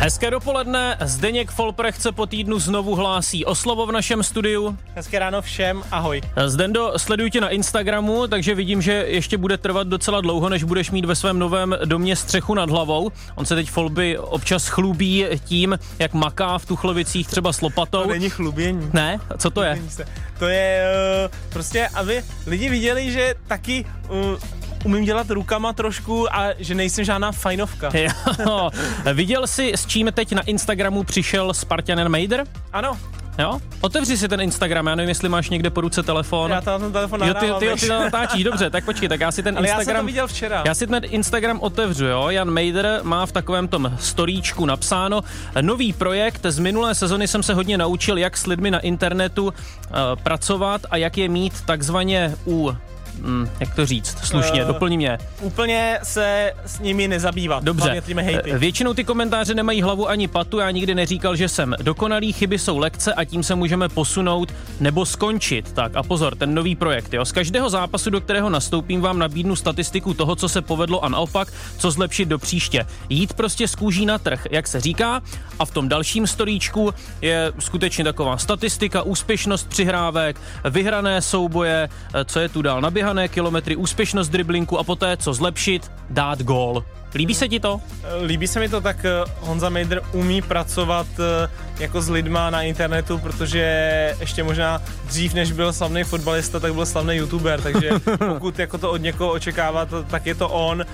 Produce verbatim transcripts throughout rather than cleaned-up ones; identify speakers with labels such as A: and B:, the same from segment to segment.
A: Hezké dopoledne, Zdeněk Folprecht se po týdnu znovu hlásí o slovo v našem studiu.
B: Hezké ráno všem, ahoj.
A: Zdendo, sleduju tě na Instagramu, takže vidím, že ještě bude trvat docela dlouho, než budeš mít ve svém novém domě střechu nad hlavou. On se teď Folby občas chlubí tím, jak maká v Tuchlovicích třeba s lopatou.
B: To není chlubění.
A: Ne? Co to je?
B: To je uh, prostě, aby lidi viděli, že taky... Uh, umím dělat rukama trošku a že nejsem žádná fajnovka.
A: Jo. Viděl jsi, s čím teď na Instagramu přišel Spartan Mejder?
B: Ano.
A: Jo? Otevři si ten Instagram, já nevím, jestli máš někde po ruce telefon.
B: Já tam ten telefon
A: nahrávám. Jo, ty, ty, ty, ty natáčíš, dobře, tak počkej, tak já si ten
B: Ale
A: Instagram...
B: já jsem to viděl včera.
A: Já si ten Instagram otevřu, jo. Jan Mejder má v takovém tom storíčku napsáno nový projekt. Z minulé sezony jsem se hodně naučil, jak s lidmi na internetu uh, pracovat a jak je mít takzvaně u... Hmm, jak to říct? Slušně, uh, doplni mě.
B: Úplně se s nimi nezabývat.
A: Dobře, většinou ty komentáře nemají hlavu ani patu, já nikdy neříkal, že jsem dokonalý, chyby jsou lekce a tím se můžeme posunout nebo skončit. Tak a pozor, ten nový projekt, jo. Z každého zápasu, do kterého nastoupím, vám nabídnu statistiku toho, co se povedlo a naopak, co zlepšit do příště. Jít prostě z kůží na trh, jak se říká, a v tom dalším storíčku je skutečně taková statistika, úspěšnost přihrávek, vyhrané souboje, co je tu dál, naběhané kilometry, úspěšnost driblinku a poté, co zlepšit, dát gól. Líbí se ti to?
B: Líbí se mi to, tak Honza Mejder umí pracovat jako s lidma na internetu, protože ještě možná dřív, než byl slavný fotbalista, tak byl slavný youtuber, takže pokud jako to od někoho očekávat, tak je to on.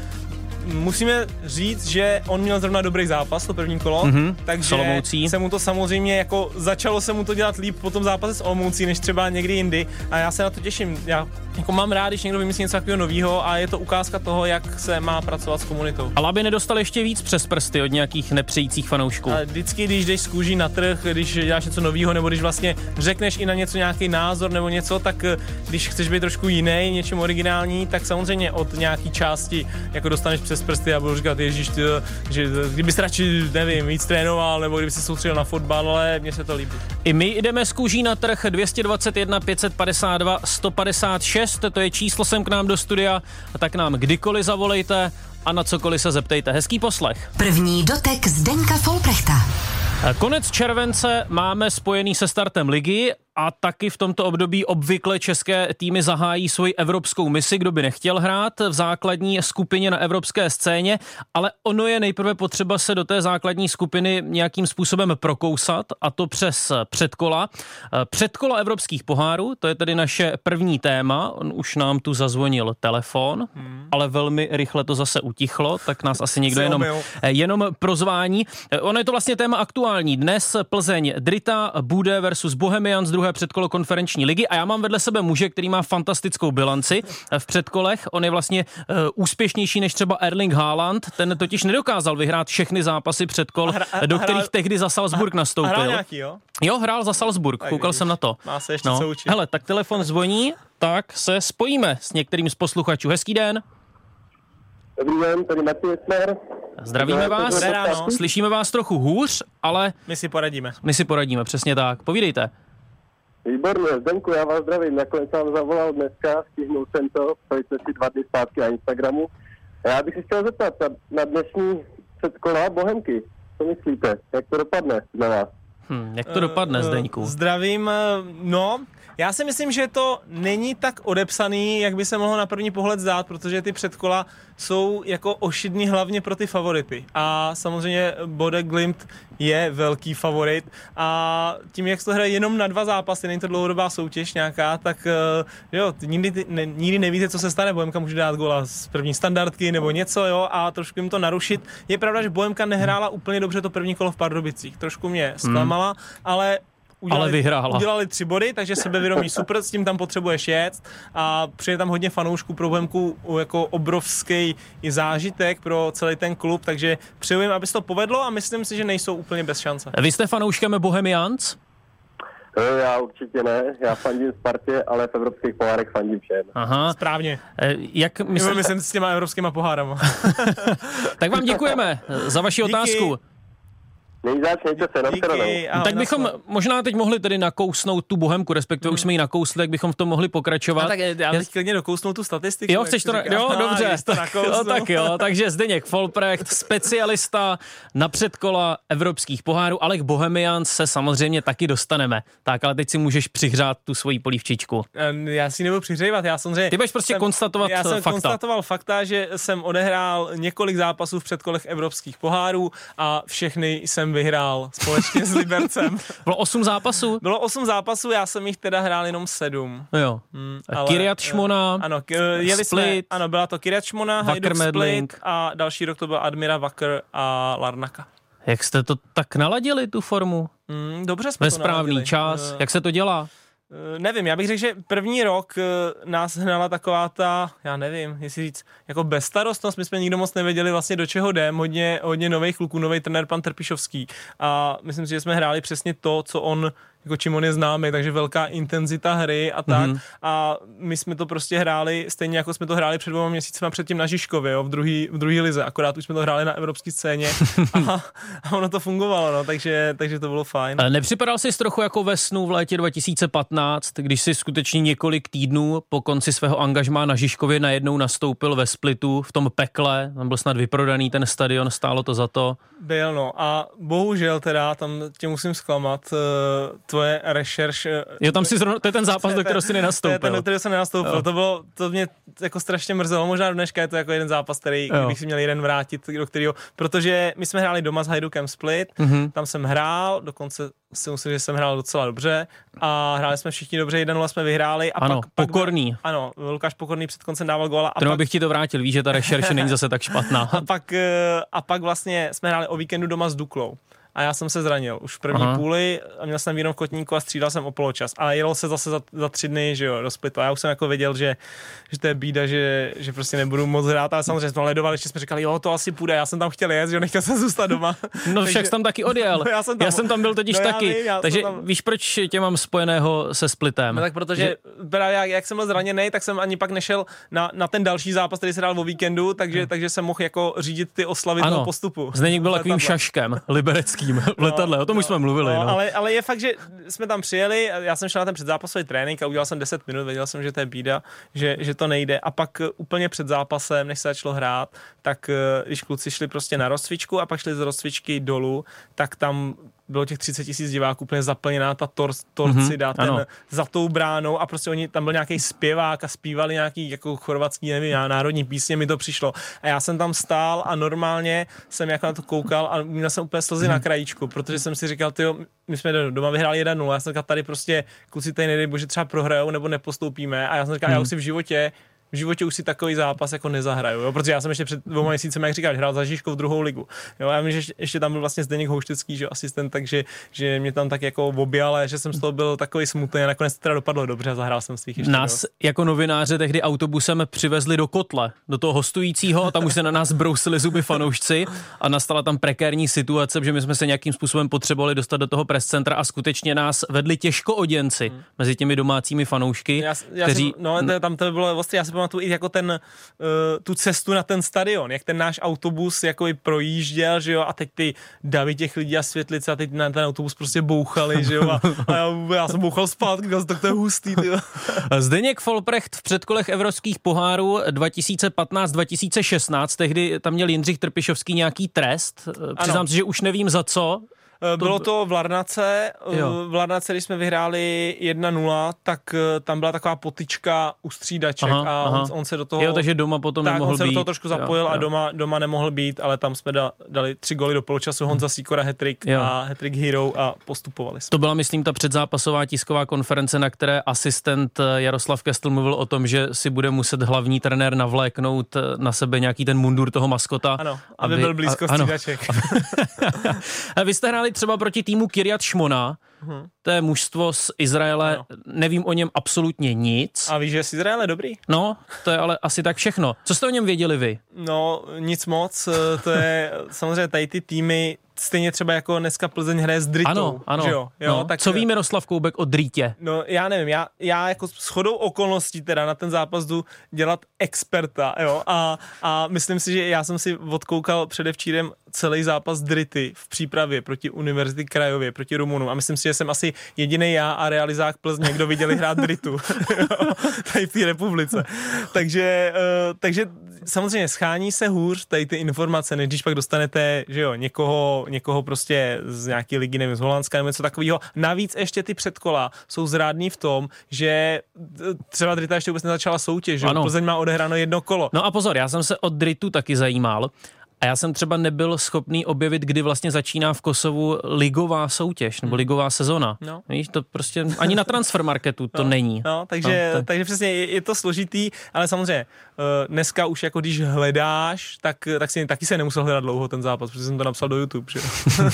B: Musíme říct, že on měl zrovna dobrý zápas, to první kolo, mm-hmm, takže se mu to samozřejmě jako začalo se mu to dělat líp po tom zápase s Olomoucí, než třeba někdy jindy a já se na to těším. Já jako mám rád, když někdo vymyslí něco takového nového a je to ukázka toho, jak se má pracovat s komunitou.
A: Ale aby nedostal ještě víc přes prsty od nějakých nepřejících fanoušků.
B: A vždycky, když jdeš z kůží na trh, když děláš něco nového, nebo když vlastně řekneš i na něco nějaký názor nebo něco, tak když chceš být trošku jiný, něčím originální, tak samozřejmě od nějaký části jako dostaneš přes prsty a budu říkat, ježiš, ty, že kdybys radši, nevím, víc trénoval, nebo kdyby se soustředil na fotbal, ale mně se to líbí.
A: I my jdeme z kůží na trh. Dvě stě dvacet jedna, pět set padesát dva, sto padesát šest, to je číslo sem k nám do studia, tak nám kdykoliv zavolejte a na cokoliv se zeptejte. Hezký poslech.
C: První dotek Zdenka Folprechta.
A: Konec července máme spojený se startem ligy a taky v tomto období obvykle české týmy zahájí svoji evropskou misi, kdo by nechtěl hrát v základní skupině na evropské scéně, ale ono je nejprve potřeba se do té základní skupiny nějakým způsobem prokousat a to přes předkola. Předkola evropských pohárů, to je tedy naše první téma, on už nám tu zazvonil telefon, hmm. ale velmi rychle to zase utichlo, tak nás asi někdo jenom, jenom prozvání. Ono je to vlastně téma aktuální. Dnes Plzeň Drita bude versus Bohemians, druhé předkolo konferenční ligy a já mám vedle sebe muže, který má fantastickou bilanci v předkolech. On je vlastně uh, úspěšnější než třeba Erling Haaland, ten totiž nedokázal vyhrát všechny zápasy předkol, hra, do hra, kterých tehdy za Salzburg nastoupil.
B: Hrál nějaký, jo?
A: Jo, hrál za Salzburg, tak koukal vidíš, jsem na to.
B: Má se ještě
A: no.
B: co učit.
A: Hele, tak telefon zvoní, tak se spojíme s některým z posluchačů. Hezký den.
D: Dobrý den, tady Matěj Esmer.
A: Zdravíme vás, slyšíme vás trochu hůř, ale...
B: My si poradíme.
A: My si poradíme, přesně tak. Povídejte.
D: Výborně, Zdenku, já vás zdravím. Nakonec jsem zavolal dneska, stihnul jsem to, pojďte si dva dny zpátky na Instagramu. A já bych si chtěl zeptat na dnešní předkola Bohemky. Co myslíte? Jak to dopadne na vás?
A: Hmm, jak to dopadne, Zdeňku?
B: Zdravím, no... Já si myslím, že to není tak odepsaný, jak by se mohlo na první pohled zdát, protože ty předkola jsou jako ošidný hlavně pro ty favority. A samozřejmě Bodø Glimt je velký favorit a tím, jak se to hraje jenom na dva zápasy, není to dlouhodobá soutěž nějaká, tak jo, nikdy, ne, nikdy nevíte, co se stane. Bohemka může dát góla z první standardky nebo něco, jo, a trošku jim to narušit. Je pravda, že Bohemka nehrála úplně dobře to první kolo v Pardubicích. Trošku mě zklamala, hmm. ale Udělali,
A: ale vyhrála.
B: Udělali tři body, takže sebevědomí super, s tím tam potřebuješ jet a přijde tam hodně fanoušků pro Bohemku jako obrovský i zážitek pro celý ten klub, takže přeju jim, aby se to povedlo a myslím si, že nejsou úplně bez šance.
A: Vy jste fanouškem Bohemians?
D: Já určitě ne, já fandím Spartě, ale v evropských pohárech fandím všem.
A: Aha.
B: Správně.
A: Jak myslíte?
B: Myslím s těma evropskýma pohárama.
A: Tak vám děkujeme za vaši
B: Díky.
A: otázku.
D: Měj zač, mějte se, na shledanou.
A: No, tak bychom možná teď mohli tedy nakousnout tu Bohemku, respektive hmm. už jsme ji nakousli, tak bychom v tom mohli pokračovat.
B: A tak já bych klidně dokousnout tu statistiku.
A: Jo, chceš to, na... jo, dobře.
B: To
A: jo, tak jo, takže Zdeněk Folprecht, specialista na předkola evropských pohárů, ale k Bohemians se samozřejmě taky dostaneme. Tak, ale teď si můžeš přihřát tu svoji polívčičku.
B: Já si nebudu přihřívat, já samozřejmě...
A: Ty budeš prostě
B: jsem,
A: konstatovat
B: já
A: fakta.
B: Já jsem konstatoval fakta, že jsem odehrál několik zápasů v předkolech evropských pohárů a všechny jsem vyhrál společně s Libercem.
A: Bylo osm zápasů?
B: Bylo osm zápasů, já jsem jich teda hrál jenom sedm.
A: Jo. Hmm, Kiryat Šmona,
B: ano, jeli
A: Split.
B: Jsme, ano, byla to Kiryat Šmona, Hajduk Split a další rok to byl Admira Wacker a Larnaka.
A: Jak jste to tak naladili, tu formu?
B: Hmm, dobře jsme
A: Ve
B: to
A: správný
B: naladili.
A: čas,
B: uh,
A: jak se to dělá?
B: Uh, nevím, já bych řekl, že první rok uh, nás hnala taková ta, já nevím, jestli říct, jako bezstarostnost, my jsme nikdo moc nevěděli vlastně do čeho jdem, hodně, hodně nových kluků, nový trenér pan Trpišovský a myslím si, že jsme hráli přesně to, co on jako čím on je známý, takže velká intenzita hry a tak. Mm-hmm. A my jsme to prostě hráli stejně jako jsme to hráli před dvěma měsícima předtím na Žižkově, jo, v druhý, v druhý lize, akorát už jsme to hráli na evropské scéně a, a ono to fungovalo, no, takže, takže to bylo fajn.
A: Nepřipadal jsi trochu jako ve snu v létě dva tisíce patnáct, když jsi skutečně několik týdnů po konci svého angažmá na Žižkově najednou nastoupil ve Splitu v tom pekle, tam byl snad vyprodaný ten stadion, stálo to za to?
B: Byl, no, a bohužel teda, tam tě musím zklamat, tvoje rešerš.
A: Jo, tam si zrovna, to je ten zápas, do kterého si nenastoupil.
B: To je ten, do kterého jsem nenastoupil. Jo. To bylo, to mě jako strašně mrzelo. Možná dneška je to jako jeden zápas, který bych si měl jeden vrátit, do kterého, protože my jsme hráli doma s Hajdukem Split, mm-hmm. tam jsem hrál, dokonce si myslím, že jsem hrál docela dobře a hráli jsme všichni dobře, jedna nula jsme vyhráli. A
A: ano,
B: pak,
A: Pokorný.
B: Pak, ano, Lukáš Pokorný před koncem dával góla.
A: A pak, bych ti to vrátil, víš, že ta rešerše není zase tak špatná.
B: A pak, a pak vlastně jsme hráli o víkendu doma s Duklou. A já jsem se zranil už v první Aha. půli a měl jsem víno v kotníku a střídal jsem o poločas. A jelo se zase za, za tři dny, že jo, do Splitu. A já už jsem jako věděl, že, že to je bída, že, že prostě nebudu moc hrát. Ale samozřejmě jsme ledovali, ještě jsme říkali, jo, to asi půjde. Já jsem tam chtěl jet, že jo, nechtěl jsem zůstat doma.
A: No však jsi tam taky odjel.
B: No, já, jsem tam,
A: já jsem tam byl totiž
B: no,
A: taky.
B: Vím,
A: takže
B: tam...
A: víš, proč tě mám spojeného se Splitem?
B: No tak protože že... právě jak, jak jsem byl zraněný, tak jsem ani pak nešel na, na ten další zápas, který se dál o víkendu, takže, hmm. takže jsem mohl jako řídit ty oslavy toho postupu.
A: Zdeněk byl takovým šaškem libereckým v letadle. No. O tom už jsme mluvili. No,
B: no. Ale, ale je fakt, že jsme tam přijeli, já jsem šel na ten předzápasový trénink a udělal jsem deset minut, věděl jsem, že to je bída, že, že to nejde. A pak úplně před zápasem, než se začalo hrát, tak když kluci šli prostě na rozcvičku a pak šli z rozcvičky dolů, tak tam bylo těch třicet tisíc diváků, úplně zaplněná ta tor, torcida, mm-hmm, ten za tou bránou a prostě oni, tam byl nějaký zpěvák a zpívali nějaký jako chorvatský, nevím, národní písně, mi to přišlo. A já jsem tam stál a normálně jsem jako na to koukal a měl jsem úplně slzy mm-hmm. na krajíčku, protože jsem si říkal, tyjo, my jsme doma vyhráli jedna nula, já jsem říkal, tady prostě kluci tady nedej bože třeba prohrajou nebo nepostoupíme a já jsem říkal, mm-hmm. já už si v životě v životě už si takový zápas jako nezahraju, jo? Protože já jsem ještě před dvěma měsícemi, jak říkáš, hrál za Žižkov druhou ligu. Jo? Já vím, že ještě tam byl vlastně Zdeněk Houštecký, že asistent, takže že mě tam tak jako objal, že jsem z toho byl takový smutný a nakonec to teda dopadlo dobře a zahrál jsem svých ještě.
A: Nás dost. Jako novináře tehdy autobusem přivezli do kotle, do toho hostujícího a tam už se na nás brousili zuby fanoušci a nastala tam prekérní situace, že my jsme se nějakým způsobem potřebovali dostat do toho press centra a skutečně nás vedli těžkooděnci hmm. mezi těmi domácími fanoušky,
B: já, já
A: kteří...
B: Jsem, no, to, tam to bylo ostrý, já si pamatuju i jako ten, uh, tu cestu na ten stadion, jak ten náš autobus jako i projížděl, že jo, a teď ty davy těch lidí a světlice a teď na ten autobus prostě bouchali, že jo, a, a já, já jsem bouchal zpátky, tak to je hustý, ty jo.
A: Zdeněk Folprecht v předkolech evropských pohárů dva tisíce patnáct dva tisíce šestnáct, tehdy tam měl Jindřich Trpišovský nějaký trest, přiznám si, že už nevím za co.
B: Bylo to v Larnace, jo. v Larnace, když jsme vyhráli jedna nula, tak tam byla taková potyčka u střídaček aha, a on, on se do toho...
A: Jo, takže doma potom
B: tak,
A: nemohl být.
B: Tak, on se do toho trošku zapojil
A: jo,
B: a
A: jo.
B: Doma, doma nemohl být, ale tam jsme da, dali tři góly do poločasu, Honza Sýkora hat-trick a hat-trick hero a postupovali jsme.
A: To byla, myslím, ta předzápasová tisková konference, na které asistent Jaroslav Kestl mluvil o tom, že si bude muset hlavní trenér navléknout na sebe nějaký ten mundur toho maskota.
B: Ano, aby, aby byl blízko a, střídaček.
A: A vy jste hráli třeba proti týmu Kiryat Šmona, hmm. to je mužstvo z Izraele, ano. Nevím o něm absolutně nic.
B: A víš, že je z Izraele dobrý?
A: No, to je ale asi tak všechno. Co jste o něm věděli vy?
B: No, nic moc, to je samozřejmě tady ty týmy, stejně třeba jako dneska Plzeň hraje s Dritou.
A: Ano, ano.
B: Že jo? Jo,
A: no.
B: tak,
A: co ví Miroslav Koubek o Drítě?
B: No já nevím, já, já jako shodou okolností teda na ten zápas jdu dělat experta, jo, a, a myslím si, že já jsem si odkoukal předevčírem celý zápas Drity v přípravě proti Univerzity Krajově, proti Rumunům a myslím si, že jsem asi jediný já a realizák Plzně, kdo viděli hrát Dritu tady v té republice. Takže, uh, takže samozřejmě schání se hůř tady ty informace, než když pak dostanete, že jo, někoho, někoho prostě z nějaký ligy, nevím, z Holandska nebo něco takového. Navíc ještě ty předkola jsou zrádný v tom, že třeba Drita ještě vůbec nezačala soutěž, že jo, Plzeň má odehráno jedno kolo.
A: No a pozor, já jsem se od Dritu taky zajímal. A já jsem třeba nebyl schopný objevit, kdy vlastně začíná v Kosovu ligová soutěž, nebo ligová sezona. No. Víš, to prostě ani na Transfermarketu to
B: no,
A: není.
B: No, takže,
A: no, to...
B: takže přesně je, je to složitý, ale samozřejmě dneska už jako když hledáš, tak, tak si taky se nemusel hledat dlouho ten zápas, protože jsem to napsal do YouTube, že?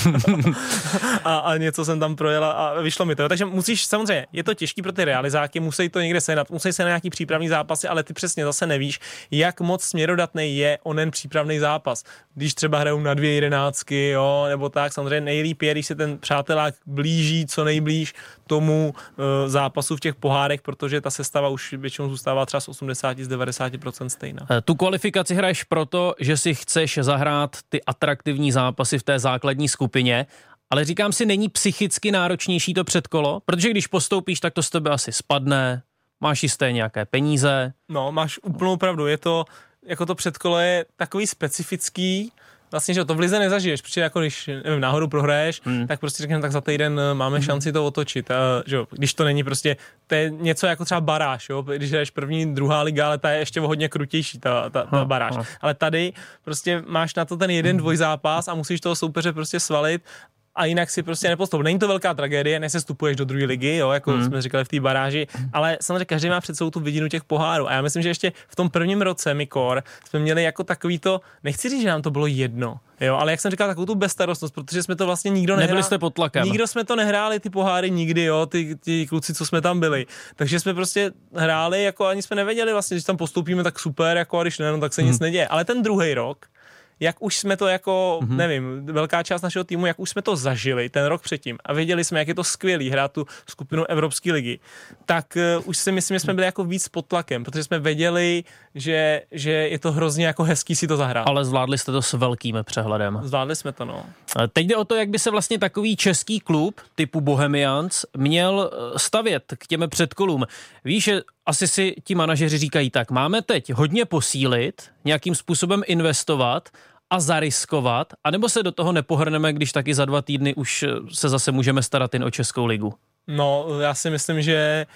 B: a, a něco jsem tam projel a vyšlo mi to. Takže musíš, samozřejmě, je to těžký pro ty realizáky, musí to někde sehnat, musí se na nějaký přípravný zápasy, ale ty přesně zase nevíš, jak moc směrodatný je onen přípravný zápas. Když třeba hrajou na dvě jedenáctky, jo, nebo tak, samozřejmě nejlíp je, když se ten přátelák blíží co nejblíž tomu e, zápasu v těch pohárech, protože ta sestava už většinou zůstává třeba z osmdesát z devadesát procent stejná.
A: Tu kvalifikaci hraješ proto, že si chceš zahrát ty atraktivní zápasy v té základní skupině, ale říkám si, není psychicky náročnější to předkolo, protože když postoupíš, tak to z tebe asi spadne, máš jisté nějaké peníze.
B: No, máš úplnou pravdu, je to jako to předkolo je takový specifický, vlastně, že to v lize nezažiješ, protože jako když, nevím, náhodou prohraješ, hmm. tak prostě řekneme, tak za týden máme šanci to otočit, a, že jo, když to není prostě, to je něco jako třeba baráž, jo, když hraješ první, druhá liga, ale ta je ještě hodně krutější, ta, ta, ta baráž, ale tady prostě máš na to ten jeden dvojzápas a musíš toho soupeře prostě svalit a jinak si prostě nepostup. Není to velká tragédie, nesestupuješ do druhé ligy, jo, jako hmm. jsme říkali v té baráži, ale samozřejmě každý má před sebou tu vidinu těch pohárů. A já myslím, že ještě v tom prvním roce Mikor jsme měli jako takový to, nechci říct, že nám to bylo jedno, jo, ale jak jsem říkal, takovou tu bezstarostnost, protože jsme to vlastně nikdo nehráli.
A: Nebyli jste pod tlakem.
B: Nikdo jsme to nehráli, ty poháry nikdy, jo, ty, ty kluci, co jsme tam byli. Takže jsme prostě hráli, jako ani jsme nevěděli vlastně, když tam postoupíme, tak super, jako a když ne, no, tak se hmm. nic neděje. Ale ten druhý rok, jak už jsme to jako, mm-hmm. nevím, velká část našeho týmu, jak už jsme to zažili ten rok předtím a věděli jsme, jak je to skvělý hrát tu skupinu Evropské ligy, tak uh, už si myslím, že jsme byli jako víc pod tlakem, protože jsme věděli, že, že je to hrozně jako hezký si to zahrát.
A: Ale zvládli jste to s velkým přehledem.
B: Zvládli jsme to, no.
A: Teď jde o to, jak by se vlastně takový český klub typu Bohemians měl stavět k těm předkolům. Víš, že asi si ti manažeři říkají tak, máme teď hodně posílit, nějakým způsobem investovat a zariskovat, anebo se do toho nepohrneme, když taky za dva týdny už se zase můžeme starat jen o Českou ligu?
B: No, já si myslím, že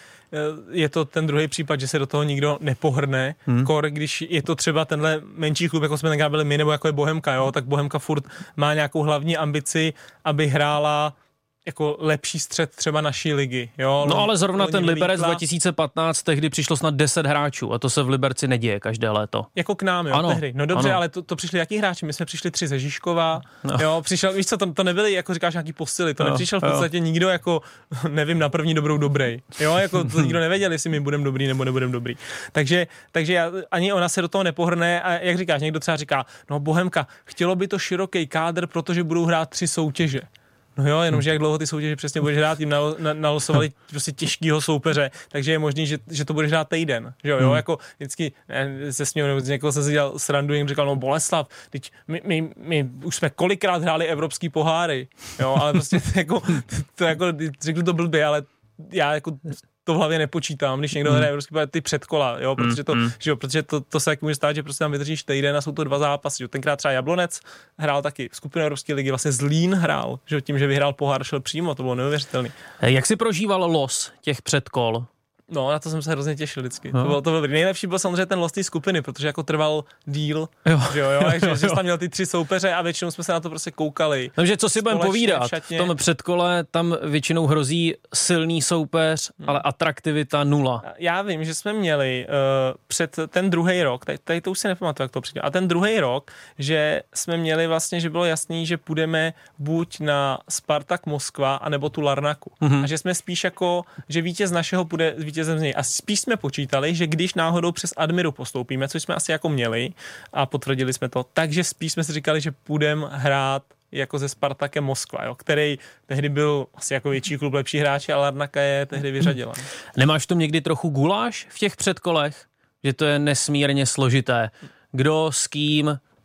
B: je to ten druhý případ, že se do toho nikdo nepohrne. Hmm. Kor, když je to třeba tenhle menší klub, jako jsme tenkrát byli my, nebo jako je Bohemka, jo, tak Bohemka furt má nějakou hlavní ambici, aby hrála jako lepší střed třeba naší ligy. Jo?
A: No ale zrovna ten Liberec dva tisíce patnáct, tehdy přišlo snad deset hráčů a to se v Liberci neděje každé léto.
B: Jako k nám, jo, ano, tehdy. No dobře, ano. Ale to, to přišli jaký hráči? My jsme přišli tři ze Žižkova, no. Jo, přišel, víš co, to, to nebyli, jako říkáš, nějaký posily, to no, nepřišel v podstatě jo. Nikdo jako, nevím, na první dobrou dobrý. Jo, jako to nikdo nevěděl, jestli my budeme dobrý nebo nebudeme dobrý. Takže, takže já, ani ona se do toho nepohrne a jak říkáš, někdo třeba říká, no Bohemka, chtělo by to široký kádr, protože budou hrát tři soutěže. No jo, jenomže jak dlouho ty soutěže přesně budeš hrát, jim nalosovali prostě těžkýho soupeře, takže je možný, že, že to budeš hrát týden, že jo, jo, jako vždycky se směl, nebo z někoho jsem si dělal srandu, jim říkal, no Boleslav, teď my, my, my už jsme kolikrát hráli evropský poháry, jo, ale prostě jako, to jako, řeknu to blbě, ale já jako to v hlavě nepočítám, když někdo hraje evropský pohár, ty předkola, jo, protože to, mm. že jo, protože to, to se jak může stát, že prostě tam vydržíš týden a jsou to dva zápasy, jo. Tenkrát třeba Jablonec hrál taky skupinu Evropské ligy, vlastně Zlín hrál, že jo, tím, že vyhrál pohár, šel přímo, to bylo neuvěřitelné.
A: Jak si prožíval los těch předkol?
B: No, na to jsem se hrozně těšil vždycky. No. To bylo to bylo nejlepší byl samozřejmě ten los té skupiny, protože jako trval díl, jo. Že jo, jo, že, jo, že jsi tam měl ty tři soupeře a většinou jsme se na to prostě koukali.
A: Takže co si budeme povídat, v, v tom předkole tam většinou hrozí silný soupeř, hmm. ale atraktivita nula.
B: Já vím, že jsme měli uh, před ten druhý rok, tady, tady to už si nepamatuju, jak to přijde, a ten druhý rok, že jsme měli vlastně, že bylo jasný, že půjdeme buď na Spartak Moskva, anebo tu Larnaku. Hmm. A že jsme spíš jako, že vítěz našeho půjde vítězem z něj. A spíš jsme počítali, že když náhodou přes Admiru postoupíme, což jsme asi jako měli a potvrdili jsme to, takže spíš jsme si říkali, že půjdeme hrát jako ze Spartakem Moskva, jo, který tehdy byl asi jako větší klub, lepší hráči, a Larnaka je tehdy vyřadila.
A: Nemáš to někdy trochu guláš v těch předkolech? Že to je nesmírně složité. Kdo s kým,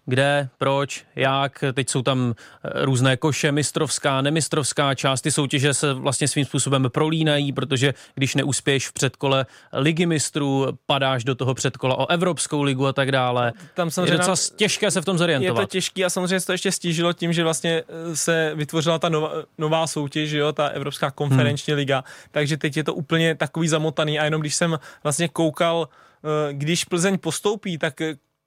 A: kde, proč, jak, teď jsou tam různé koše, mistrovská, nemistrovská část, ty soutěže se vlastně svým způsobem prolínají, protože když neuspěješ v předkole ligy mistrů, padáš do toho předkola o Evropskou ligu a tak dále. Tam samozřejmě je docela těžké se v tom zorientovat.
B: Je to těžké a samozřejmě se to ještě stížilo tím, že vlastně se vytvořila ta nová, nová soutěž, jo, ta Evropská konferenční hmm. liga, takže teď je to úplně takový zamotaný a jenom když jsem vlastně koukal, když Plzeň postoupí, tak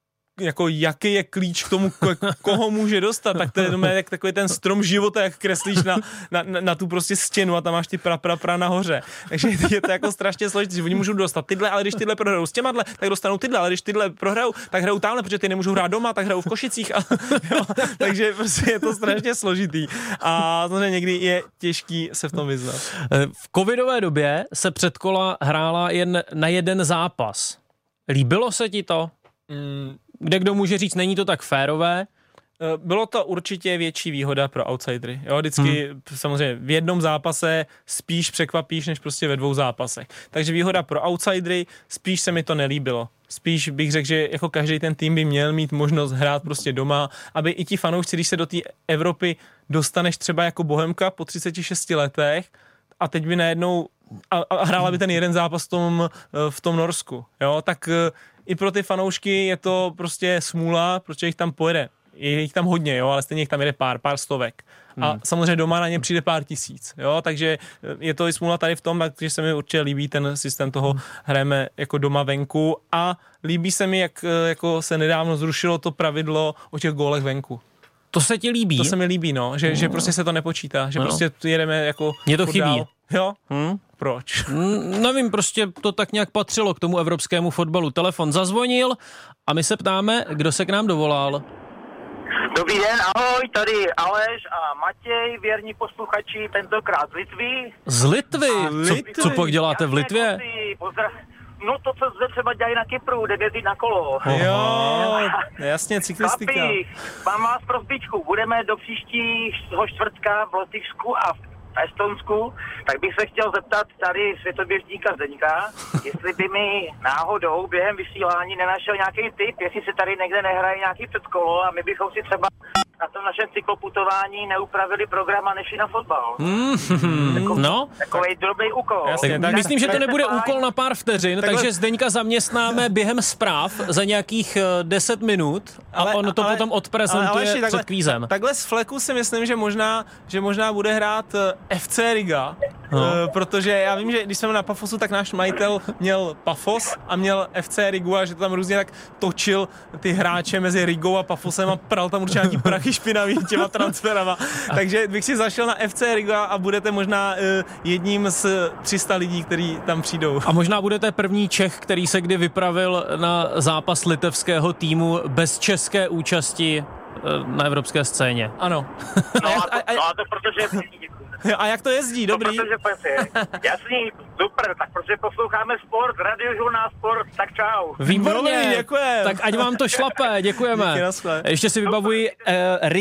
B: jako jaký je klíč k tomu, koho může dostat, tak to je jenom jak takový ten strom života, jak kreslíš na, na, na tu prostě stěnu a tam máš ty pra, pra, pra nahoře. Takže je to jako strašně složitý, že oni můžou dostat tyhle, ale když tyhle prohrajou s těma, tak dostanou tyhle, ale když tyhle prohrajou, tak hrajou tamhle, protože ty nemůžou hrát doma, tak hrajou v Košicích. A, jo, takže prostě je to strašně složitý. A samozřejmě někdy je těžký se v tom vyznat.
A: V covidové době se předkola hrála jen na jeden zápas. Líbilo se ti to? Mm. Kde kdo může říct, není to tak férové?
B: Bylo to určitě větší výhoda pro outsidery. Jo, vždycky hmm. samozřejmě v jednom zápase spíš překvapíš, než prostě ve dvou zápasech. Takže výhoda pro outsidery, spíš se mi to nelíbilo. Spíš bych řekl, že jako každý ten tým by měl mít možnost hrát prostě doma, aby i ti fanoušci, když se do té Evropy dostaneš třeba jako Bohemka po třiceti šesti letech a teď by najednou a, a hrála by ten jeden zápas v tom, v tom Norsku, jo, tak i pro ty fanoušky je to prostě smůla, protože jich tam pojede. Je jich tam hodně, jo, ale stejně jich tam jede pár, pár stovek. A hmm. samozřejmě doma na ně přijde pár tisíc, jo, takže je to i smůla tady v tom, takže se mi určitě líbí ten systém toho, hrajeme jako doma venku a líbí se mi, jak jako se nedávno zrušilo to pravidlo o těch gólech venku.
A: To se ti líbí?
B: To se mi líbí, no, že, no. že prostě se to nepočítá, že no. prostě jedeme jako...
A: Mně to chybí.
B: Dál. Jo? Hmm? Proč?
A: Mm, nevím, prostě to tak nějak patřilo k tomu evropskému fotbalu. Telefon zazvonil a my se ptáme, kdo se k nám dovolal.
E: Dobrý den, ahoj, tady Aleš a Matěj, věrní posluchači, tentokrát z Litvy.
A: Z Litvy? Co, co pak děláte v Litvě?
E: Pozdrav... No to, co zde třeba dělají na Kypru, jde jezdit na kolo.
B: Jo, jasně, cyklistika.
E: Chlapi, mám vás prosbičku, budeme do příštího čtvrtka v Lotyšsku a v Estonsku, tak bych se chtěl zeptat tady světoběžníka Zdeňka, jestli by mi náhodou během vysílání nenašel nějaký tip, jestli se tady někde nehraje nějaký předkolo a my bychom si třeba na tom našem cykloputování neupravili program a nešli na fotbal.
A: Mm, Takový,
B: no.
E: Takový drobný úkol.
A: Jasně, tak myslím, že to nebude úkol na pár vteřin, takhle... takže Zdeňka zaměstnáme během zpráv za nějakých deset minut a ale, on to ale, potom odprezentuje ale, ale, před takhle, kvízem.
B: Takhle z fleku si myslím, že možná, že možná bude hrát F C Riga, no. uh, protože já vím, že když jsme na Pafosu, tak náš majitel měl Pafos a měl F C Rigu a že to tam různě tak točil ty hráče mezi Rigou a Pafosem a pral tam určitě nějaký prachy špinavý těma transferama. Takže bych si zašel na F C Riga a budete možná uh, jedním z tři sta lidí, kteří tam přijdou.
A: A možná budete první Čech, který se kdy vypravil na zápas litevského týmu bez české účasti na evropské scéně.
B: Ano.
E: No a to, no a to protože...
B: A jak to jezdí? Dobrý?
E: No, protože prostě, jasný, super, tak protože posloucháme sport, radiožurnál Sport, tak čau.
A: Výborně,
B: děkujem.
A: Tak ať vám to šlape, děkujeme.
B: Díky,
A: ještě si vybavuji uh,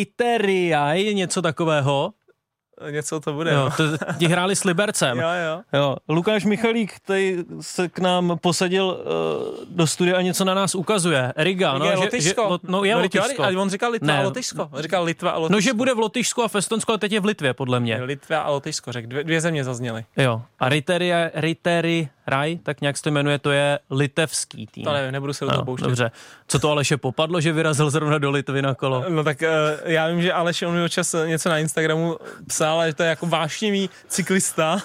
A: Riteriaj, něco takového.
B: Něco to bude.
A: Jo, to, ti hráli s Libercem.
B: Jo, jo.
A: Jo. Lukáš Michalík, který se k nám posadil uh, do studia a něco na nás ukazuje. Riga,
B: Riga
A: no,
B: je
A: že,
B: Lotyšsko.
A: Že, lo, no je
B: no,
A: Lotyšsko.
B: Ale on říkal Litva ne. a Lotyšsko. On říkal Litva a Lotyšsko.
A: No, že bude v Lotyšsku a v Estonsku, ale teď je v Litvě, podle mě.
B: Litva a Lotyšsko, řek. Dvě, dvě země zazněly.
A: Jo. A Riteri, Riteri Raj, tak nějak se to jmenuje, to je litevský tým.
B: To nevím, nebudu se do toho pouštět.
A: Dobře. Co to Aleše popadlo, že vyrazil zrovna do Litvy na kolo?
B: No tak uh, já vím, že Aleš, on mi občas něco na Instagramu psal, že to je jako vášnivý cyklista.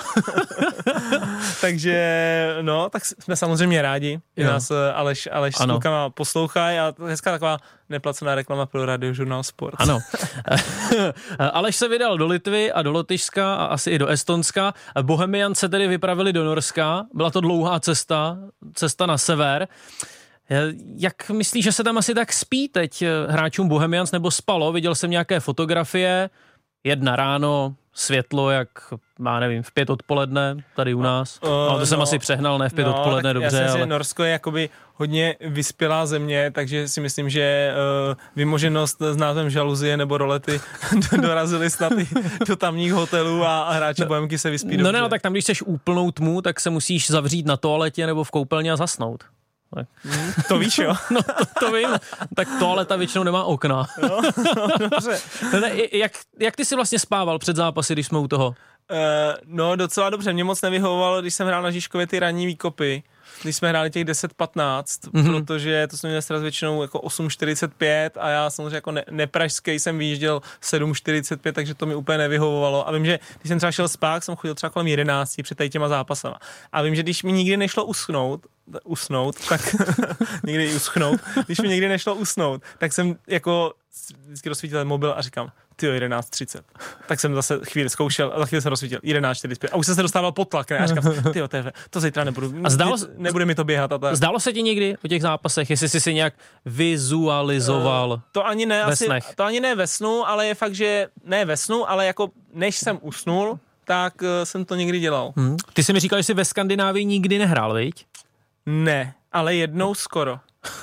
B: Takže no, tak jsme samozřejmě rádi, že nás Aleš, Aleš s klukama poslouchají a to je hezká taková neplacená reklama pro radiožurnál Sport.
A: Ano. Aleš se vydal do Litvy a do Lotyšska a asi i do Estonska. Bohemian se tedy vypravili do Norska. Byla to dlouhá cesta, cesta na sever. Jak myslíš, že se tam asi tak spí teď hráčům Bohemians, nebo spalo? Viděl jsem nějaké fotografie, jedna ráno, světlo, jak má, nevím, v pět odpoledne tady u nás. Uh, no, to no, jsem asi přehnal, ne v pět no, odpoledne, dobře.
B: Já si
A: ale...
B: Norsko je jakoby hodně vyspělá země, takže si myslím, že uh, vymoženost s názvem žaluzie nebo rolety dorazily snad i do tamních hotelů a, a hráči no, Bohemky se vyspí
A: No
B: dobře.
A: ne, no tak tam, když chceš úplnou tmu, tak se musíš zavřít na toaletě nebo v koupelně a zasnout. Tak.
B: To víš, jo?
A: No to, to vím, tak toaleta většinou nemá okna.
B: No, no, dobře.
A: Ne, jak, jak ty jsi vlastně spával před zápasy, když jsme u toho?
B: Uh, no docela dobře, mě moc nevyhovovalo, když jsem hrál na Žižkově ty ranní výkopy, když jsme hráli těch deset patnáct, mm-hmm. protože to jsme měli strat většinou jako osm čtyřicet pět a já samozřejmě jako ne, nepražský jsem vyjížděl sedm čtyřicet pět, takže to mi úplně nevyhovovalo. A vím, že když jsem třeba šel spát, jsem chodil třeba kolem jedenácti před tady těma zápasama. A vím, že když mi nikdy nešlo usnout, usnout, tak nikdy i uschnout, když mi nikdy nešlo usnout, tak jsem jako vždycky rozsvítil ten mobil a říkám, tyjo, jedenáct třicet. Tak jsem zase chvíli zkoušel a za chvíli jsem rozsvítil jedenáct čtyřicet pět. A už jsem se dostával pod tlak, ne? A říkám, tyjo, to, je, to zítra nebudu,
A: a zdálo,
B: nebude mi to běhat. A tak.
A: Zdálo se ti někdy o těch zápasech, jestli jsi si nějak vizualizoval? Uh,
B: to ani ne,
A: ve
B: asi,
A: snech.
B: To ani ne ve snu, ale je fakt, že ne ve snu, ale jako než jsem usnul, tak uh, jsem to někdy dělal.
A: Hmm. Ty jsi mi říkal, že jsi ve Skandinávii nikdy nehrál, viď?
B: Ne, ale jednou skoro.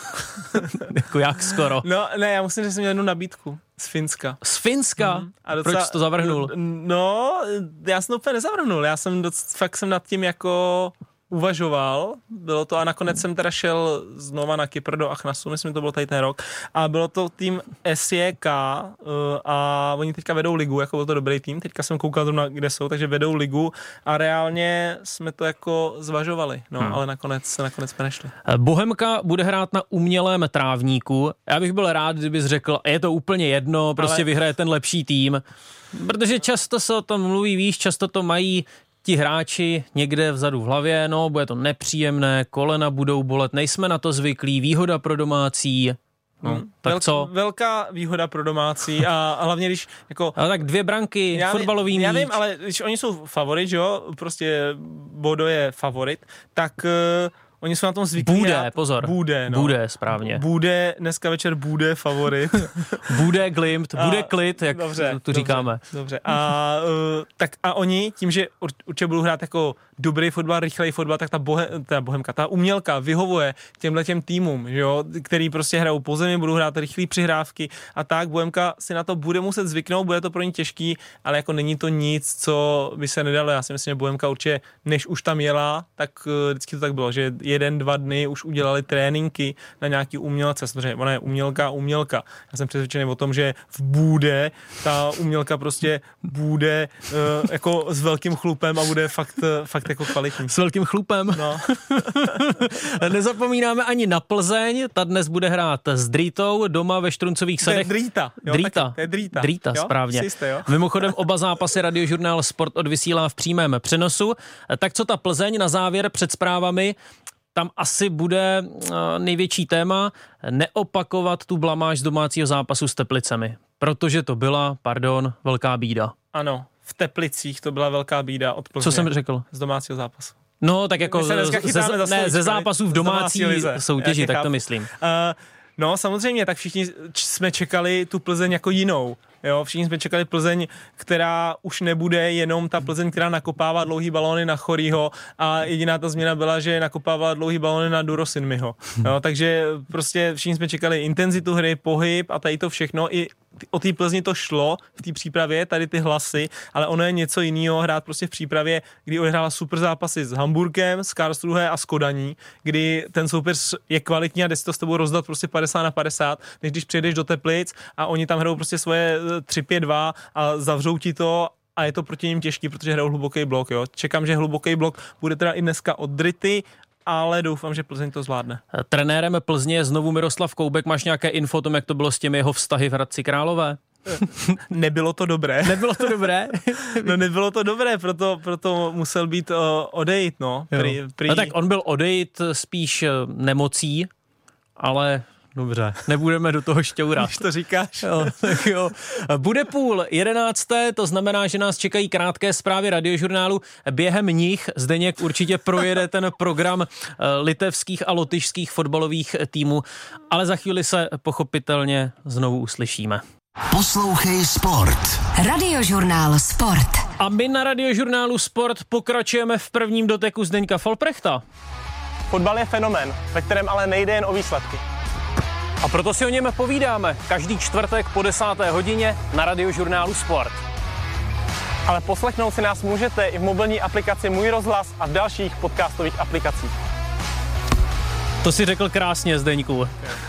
A: Jako jak skoro?
B: No ne, já musím říct, že jsem měl jednu nabídku z Finska.
A: Z Finska? Hmm.
B: A docela,
A: proč jsi to zavrhnul?
B: No, já jsem to úplně nezavrhnul, já jsem doc, fakt jsem nad tím jako uvažoval, bylo to a nakonec jsem teda šel znova na Kypr do Achnasu, myslím, že to byl tady ten rok a bylo to tým S J K a oni teďka vedou ligu, jako byl to dobrý tým, teďka jsem koukal zrovna, kde jsou, takže vedou ligu a reálně jsme to jako zvažovali, no, hmm. ale nakonec, nakonec jsme nešli.
A: Bohemka bude hrát na umělém trávníku, já bych byl rád, kdybys řekl, je to úplně jedno, prostě ale... vyhraje ten lepší tým, protože často se o tom mluví, víš, často to mají ti hráči někde vzadu v hlavě, no, bude to nepříjemné, kolena budou bolet, nejsme na to zvyklí, výhoda pro domácí, no, hmm. tak
B: Velk,
A: co?
B: Velká výhoda pro domácí a, a hlavně když jako...
A: Ale tak dvě branky,
B: já
A: fotbalový míč.
B: Já vím, ale když oni jsou favorit, jo, prostě Bodo je favorit, tak... Uh, oni jsou na tom zvyklí.
A: Bude,
B: hrát.
A: pozor.
B: Bude, no.
A: Bude, správně.
B: Bude, dneska večer bude favorit.
A: Bude Glimt,
B: a,
A: bude klid, jak
B: dobře,
A: tu
B: dobře,
A: říkáme.
B: Dobře. A, uh, tak, a oni tím, že určitě budou hrát jako dobrý fotbal, rychlej fotbal, tak ta, bohe, ta bohemka, ta umělka vyhovuje těmhletěm týmům, že jo, který prostě hrajou po zemi, budou hrát rychlý přihrávky a tak. Bohemka si na to bude muset zvyknout, bude to pro ně těžký, ale jako není to nic, co by se nedalo. Já si myslím, že Bohemka určitě, než už tam jela, tak uh, vždycky to tak bylo, že jeden, dva dny už udělali tréninky na nějaký umělce. Samozřejmě ona je umělka, umělka. Já jsem přesvědčený o tom, že v Bude ta umělka prostě bude uh, jako s velkým chlupem a bude fakt, fakt jako kvalitní.
A: S velkým chlupem.
B: No.
A: Nezapomínáme ani na Plzeň, ta dnes bude hrát s Drítou doma ve Štruncových sadech.
B: To je Drýta. Jo,
A: Drýta.
B: Taky, to je Drýta.
A: Drýta,
B: jo?
A: správně.
B: Jste, jo?
A: Mimochodem oba zápasy Radiožurnál Sport odvysílá v přímém přenosu. Tak co ta Plzeň na závěr před zprávami? Tam asi bude největší téma neopakovat tu blamáž z domácího zápasu s Teplicemi, protože to byla, pardon, velká bída.
B: Ano, v Teplicích to byla velká bída od Plzně.
A: Co jsem řekl?
B: Z domácího zápasu.
A: No, tak jako ze, ne, ze zápasů v domácí, domácí soutěži, tak to myslím. Uh,
B: no, samozřejmě, tak všichni jsme čekali tu Plzeň jako jinou. Jo, všichni jsme čekali Plzeň, která už nebude jenom ta Plzeň, která nakopává dlouhý balóny na Chorýho a jediná ta změna byla, že nakopává dlouhý balóny na Durosinmiho. Jo, takže prostě všichni jsme čekali intenzitu hry, pohyb a tady to všechno. I o té Plzni to šlo v té přípravě, tady ty hlasy, ale ono je něco jiného hrát prostě v přípravě, kdy odehrála super zápasy s Hamburgem, s Karlsruhe a s Kodaní, kdy ten soupeř je kvalitní a jde si to s tebou rozdat prostě padesát na padesát, než když přijedeš do Teplic a oni tam hrajou prostě svoje tři pět dva a zavřou ti to a je to proti ním těžký, protože hrajou hluboký blok. Jo. Čekám, že hluboký blok bude teda i dneska od Drity, ale doufám, že Plzeň to zvládne.
A: Trenérem Plzně je znovu Miroslav Koubek. Máš nějaké info o tom, jak to bylo s těmi jeho vztahy v Hradci Králové?
B: Nebylo to dobré.
A: Nebylo to dobré?
B: No nebylo to dobré, proto, proto musel být uh, odejít, no. Prý, prý...
A: no. Tak on byl odejít spíš nemocí, ale... Dobře, nebudeme do toho šťourat.
B: Když to říkáš.
A: Jo, tak jo. Bude půl jedenácté, to znamená, že nás čekají krátké zprávy Radiožurnálu. Během nich Zdeněk určitě projede ten program litevských a lotyšských fotbalových týmů, ale za chvíli se pochopitelně znovu uslyšíme.
C: Poslouchej Sport. Radiožurnál Sport.
A: A my na Radiožurnálu Sport pokračujeme v prvním doteku Zdeňka Folprechta.
B: Fotbal je fenomén, ve kterém ale nejde jen o výsledky.
A: A proto si o něm povídáme každý čtvrtek po desáté hodině na Radiožurnálu Sport.
B: Ale poslechnout si nás můžete i v mobilní aplikaci Můj rozhlas a v dalších podcastových aplikacích.
A: To To si řekl krásně, Zdeňku.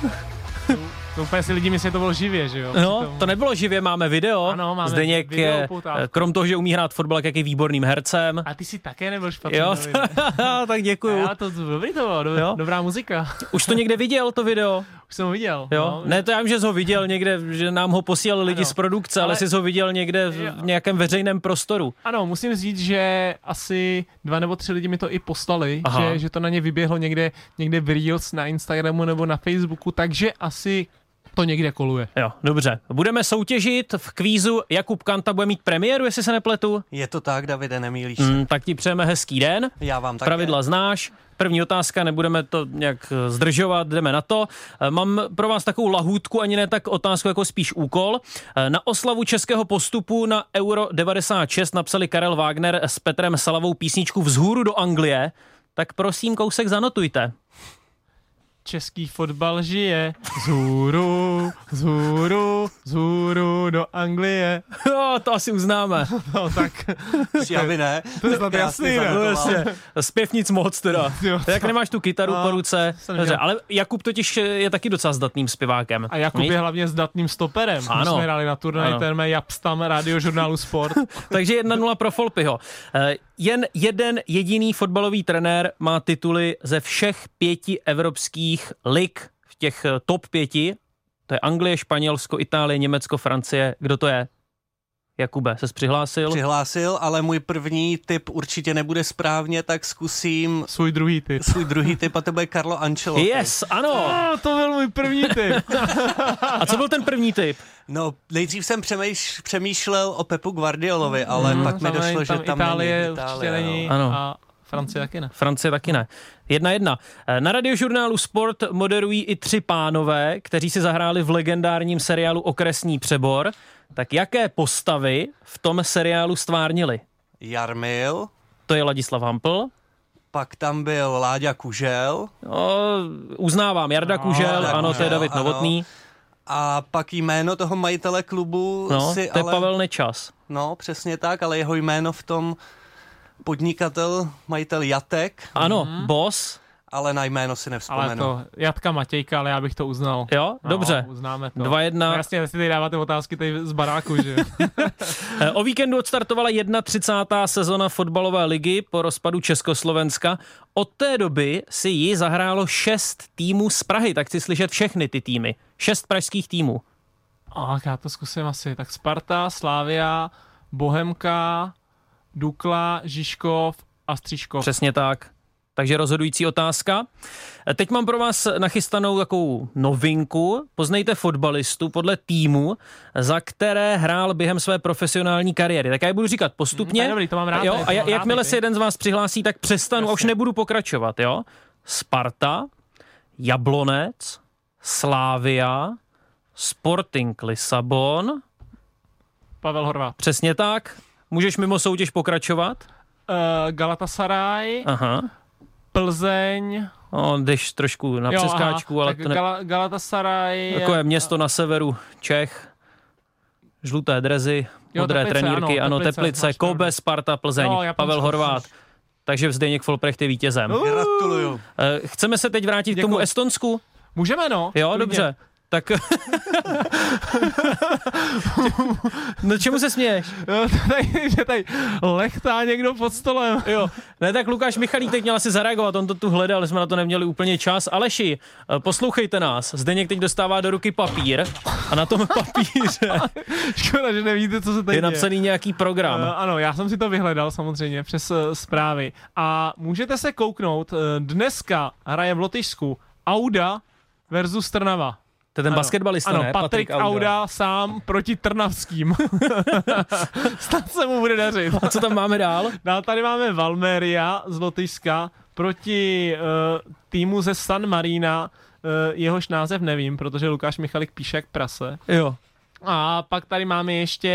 B: To úplně si lidi myslí, že to bylo živě, že jo?
A: No,
B: Přitom...
A: to nebylo živě, máme video.
B: Ano, máme
A: Zdeněk
B: video,
A: je,
B: poutávku.
A: krom toho, že umí hrát fotbal, jak je výborným hercem.
B: A ty si také nebyl špatný.
A: Jo, tak děkuju.
B: A to dobrý to bylo, do,
A: Jo.
B: dobrá muzika.
A: Už to někde viděl, to video?
B: Už jsem ho viděl.
A: Jo?
B: No.
A: Ne, to já vím, že jsi ho viděl někde, že nám ho posílali lidi
B: Ano.
A: z produkce, ale,
B: Ale-
A: ale jsi ho viděl někde v nějakém veřejném prostoru.
B: Ano, musím říct, že asi dva nebo tři lidi mi to i poslali,
A: Aha.
B: že, že to na ně vyběhlo někde, někde v Reels na Instagramu nebo na Facebooku, takže asi to někde koluje.
A: Jo, dobře. Budeme soutěžit v kvízu. Jakub Kanta bude mít premiéru, jestli se nepletu.
F: Je to tak, Davide, nemýlíš se.
A: Mm, tak ti přejeme hezký den.
F: Já vám také.
A: Pravidla znáš. První otázka, nebudeme to nějak zdržovat, jdeme na to. Mám pro vás takovou lahůdku, ani ne tak otázku, jako spíš úkol. Na oslavu českého postupu na Euro devadesát šest napsali Karel Wagner s Petrem Salavou písničku Vzhůru do Anglie. Tak prosím, kousek zanotujte.
B: Český fotbal žije zhůru, zhůru, zhůru do Anglie.
A: Jo, to asi uznáme.
B: No tak,
F: Já by ne.
B: to je snad jasný, ne?
A: No, jasně. Zpěv nic moc teda.
B: Jo,
A: Jak nemáš tu kytaru
B: No,
A: po ruce.
B: jsem neměl.
A: Dobře, ale Jakub totiž je taky docela zdatným zpěvákem.
B: A Jakub
A: Víš?
B: je hlavně zdatným stoperem.
A: Ano.
B: My jsme hráli na turnaji,
A: Ano.
B: ten mé Japstam radiožurnálu Sport.
A: Takže jedna nula pro Folpyho. Eh, Jen jeden jediný fotbalový trenér má tituly ze všech pěti evropských lig, v těch eh, top pěti. To je Anglie, Španělsko, Itálie, Německo, Francie. Kdo to je? Jakube, ses přihlásil?
F: Přihlásil, ale můj první tip určitě nebude správně, tak zkusím
B: Svůj druhý typ.
F: svůj druhý tip a to bude Carlo Ancelotti.
A: Yes, ano.
B: Oh, to byl můj první typ.
A: A co byl ten první tip?
F: No, nejdřív jsem přemýš, přemýšlel o Pepu Guardiolovi, ale
A: Mhm.
F: pak mi
B: Tam
F: došlo,
B: není-
F: že tam
B: Itálie
F: není.
B: určitě
F: Itálie,
B: není
F: no.
A: Ano.
B: a Francie taky ne.
A: Francie taky ne. Jedna jedna. Na radiožurnálu Sport moderují i tři pánové, kteří si zahráli v legendárním seriálu Okresní přebor. Tak jaké postavy v tom seriálu stvárnili?
F: Jarmil,
A: To je Ladislav Hampl.
F: pak tam byl Láďa Kužel
A: No, uznávám, Jarda
B: No,
A: Kužel,
F: Jarda
A: ano, to je
F: Kužel,
A: David
F: ano.
A: Novotný.
F: a pak jméno toho majitele klubu
A: No,
F: si
A: to je
F: ale...
A: Pavel Nečas.
F: No, přesně tak, ale jeho jméno v tom podnikatel, majitel Jatek,
A: Ano, boss.
F: ale na jméno si
B: Ale
F: nevzpomenu.
B: to Jatka Matějka, ale já bych to uznal.
A: Jo,
B: No,
A: dobře.
B: uznáme to.
A: Dva jedna.
B: No, jasně, si tady dáváte otázky tady z baráku, že jo?
A: Eh, O víkendu odstartovala třicátá jedna sezona fotbalové ligy po rozpadu Československa. Od té doby si ji zahrálo šest týmů z Prahy, tak chci slyšet všechny ty týmy. Šest pražských týmů.
B: A já to zkusím asi. Tak Sparta, Slavia, Bohemka, Dukla, Žižkov a Stříškov.
A: Přesně tak. Takže rozhodující otázka. Teď mám pro vás nachystanou takovou novinku. Poznejte fotbalistu podle týmu, za které hrál během své profesionální kariéry. Tak já je budu říkat postupně.
B: Mm, to je dobrý, to mám rád,
A: Jo,
B: to
A: a
B: mám rád,
A: jakmile
B: ty.
A: se jeden z vás přihlásí, tak přestanu a už
B: Jasně.
A: nebudu pokračovat. Jo? Sparta, Jablonec, Slavia, Sporting Lisabon.
B: Pavel Horváth.
A: Přesně tak. Můžeš mimo soutěž pokračovat?
B: Uh, Galatasaray,
A: Aha.
B: Plzeň.
A: No, jdeš trošku na
B: Jo,
A: přeskáčku,
B: aha,
A: ale
B: tak
A: to ne...
B: Gala, Galatasaray.
A: Takové město na severu Čech, žluté drezy,
B: Jo,
A: modré
B: Teplice,
A: trenýrky,
B: ano,
A: ano,
B: Teplice,
A: Teplice,
B: máš
A: Kobe,
B: pravdu.
A: Sparta, Plzeň,
B: No, Japonsko,
A: Pavel Horváth.
B: přesně.
A: Takže Zdeněk Folprecht je vítězem.
B: Uh.
F: Gratuluju.
A: Eh, Chceme se teď vrátit
B: Děkuju.
A: k tomu Estonsku?
B: Můžeme, no.
A: Jo,
B: klidně.
A: dobře. Tak... No čemu se směješ?
B: Jo, tady, že tady lechtá někdo pod stolem.
A: Jo, ne, tak Lukáš Michalík teď měl asi zareagovat, on to tu hledal, ale jsme na to neměli úplně čas. Aleši, eh, poslouchejte nás, Zdeněk teď dostává do ruky papír a na tom papíře
B: Škoda, že nevíte, co se tady
A: je
B: děje.
A: napsaný nějaký program.
B: Uh, ano, já jsem si to vyhledal samozřejmě přes uh, zprávy. A můžete se kouknout, uh, dneska hraje v Lotyšsku Auda versus Trnava.
A: To je ten
B: Ano.
A: basketbalista,
B: Ano,
A: ne?
B: Patrik Auda sám proti Trnavským. Snad se mu bude dařit.
A: A co tam máme dál?
B: Dál tady máme Valmeria z Lotyšska proti uh, týmu ze San Marina, uh, jehož název nevím, protože Lukáš Michalik píše jak prase.
A: Jo.
B: A pak tady máme ještě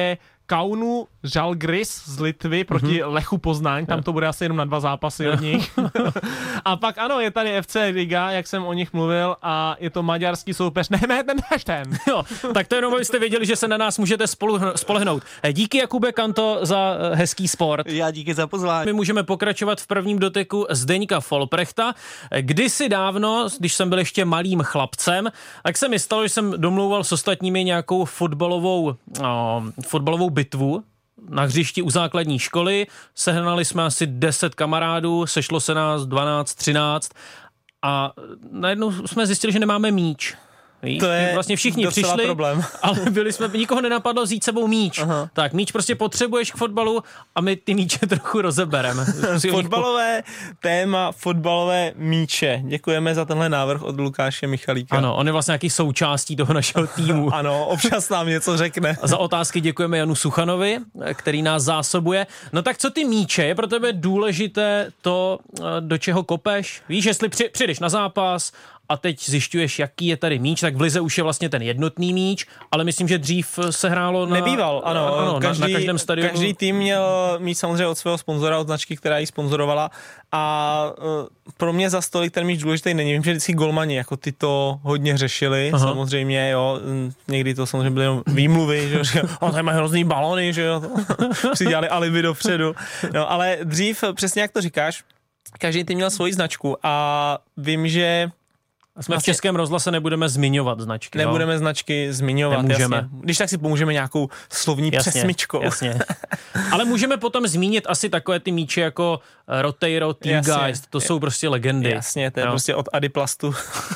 B: Kaunu Žalgiris z Litvy proti mm-hmm. Lechu Poznaň, tam to bude asi jenom na dva zápasy od nich. A pak ano, je tady F C Riga, jak jsem o nich mluvil, a je to maďarský soupeř. Ne, ne, ten ten.
A: Jo, tak to jenom abyste věděli, že se na nás můžete spolehnout. Díky Jakube Kanto za hezký sport.
F: Já díky za pozvání.
A: My můžeme pokračovat v prvním doteku Zdeňka Folprechta. Kdysi dávno, když jsem byl ještě malým chlapcem, tak se mi stalo, že jsem domlouval s ostatními nějakou fotbalovou, no, fotbalovou bitvu na hřišti u základní školy. Sehnali jsme asi deset kamarádů, sešlo se nás dvanáct, třináct a najednou jsme zjistili, že nemáme míč. Víš?
B: To je
A: vlastně všichni přišli,
B: problém.
A: Ale byli jsme, nikoho nenapadlo vzít sebou míč. Aha. Tak míč prostě potřebuješ k fotbalu a my ty míče trochu rozebereme.
B: Fotbalové téma, fotbalové míče. Děkujeme za tenhle návrh od Lukáše Michalíka.
A: Ano, on je vlastně nějaký součástí toho našeho týmu.
B: Ano, občas nám něco řekne.
A: A za otázky děkujeme Janu Suchanovi, který nás zásobuje. No tak co ty míče? Je pro tebe důležité to, do čeho kopeš? Víš, jestli při, přijdeš na zápas a teď zjišťuješ, jaký je tady míč, tak v lize už je vlastně ten jednotný míč, ale myslím, že dřív se hrálo na...
B: Nebýval, ano,
A: ano
B: každý,
A: na, na každém stadionu.
B: Každý tým měl mít samozřejmě od svého sponzora, od značky, která ji sponzorovala, a uh, pro mě za stolik ten míč důležitý není. Vím, že vždycky golmani, jako ty to hodně řešili, aha, samozřejmě, jo, někdy to samozřejmě byly jenom výmluvy, že, že o, tady mají hrozný balony, že jo, si dělali alibi dopředu, no, ale dřív, přesně jak to říkáš, každý tým měl svoji značku a vím, že
A: jsme v Českém rozhlase nebudeme zmiňovat značky.
B: Nebudeme
A: no?
B: značky zmiňovat,
A: Nemůžeme.
B: Jasně. Když tak si pomůžeme nějakou slovní
A: jasně,
B: přesmičkou.
A: Jasně. Ale můžeme potom zmínit asi takové ty míče jako Roteiro, Teamgeist, to jsou prostě legendy.
B: Jasně, to je
A: jo.
B: prostě od Adiplastu.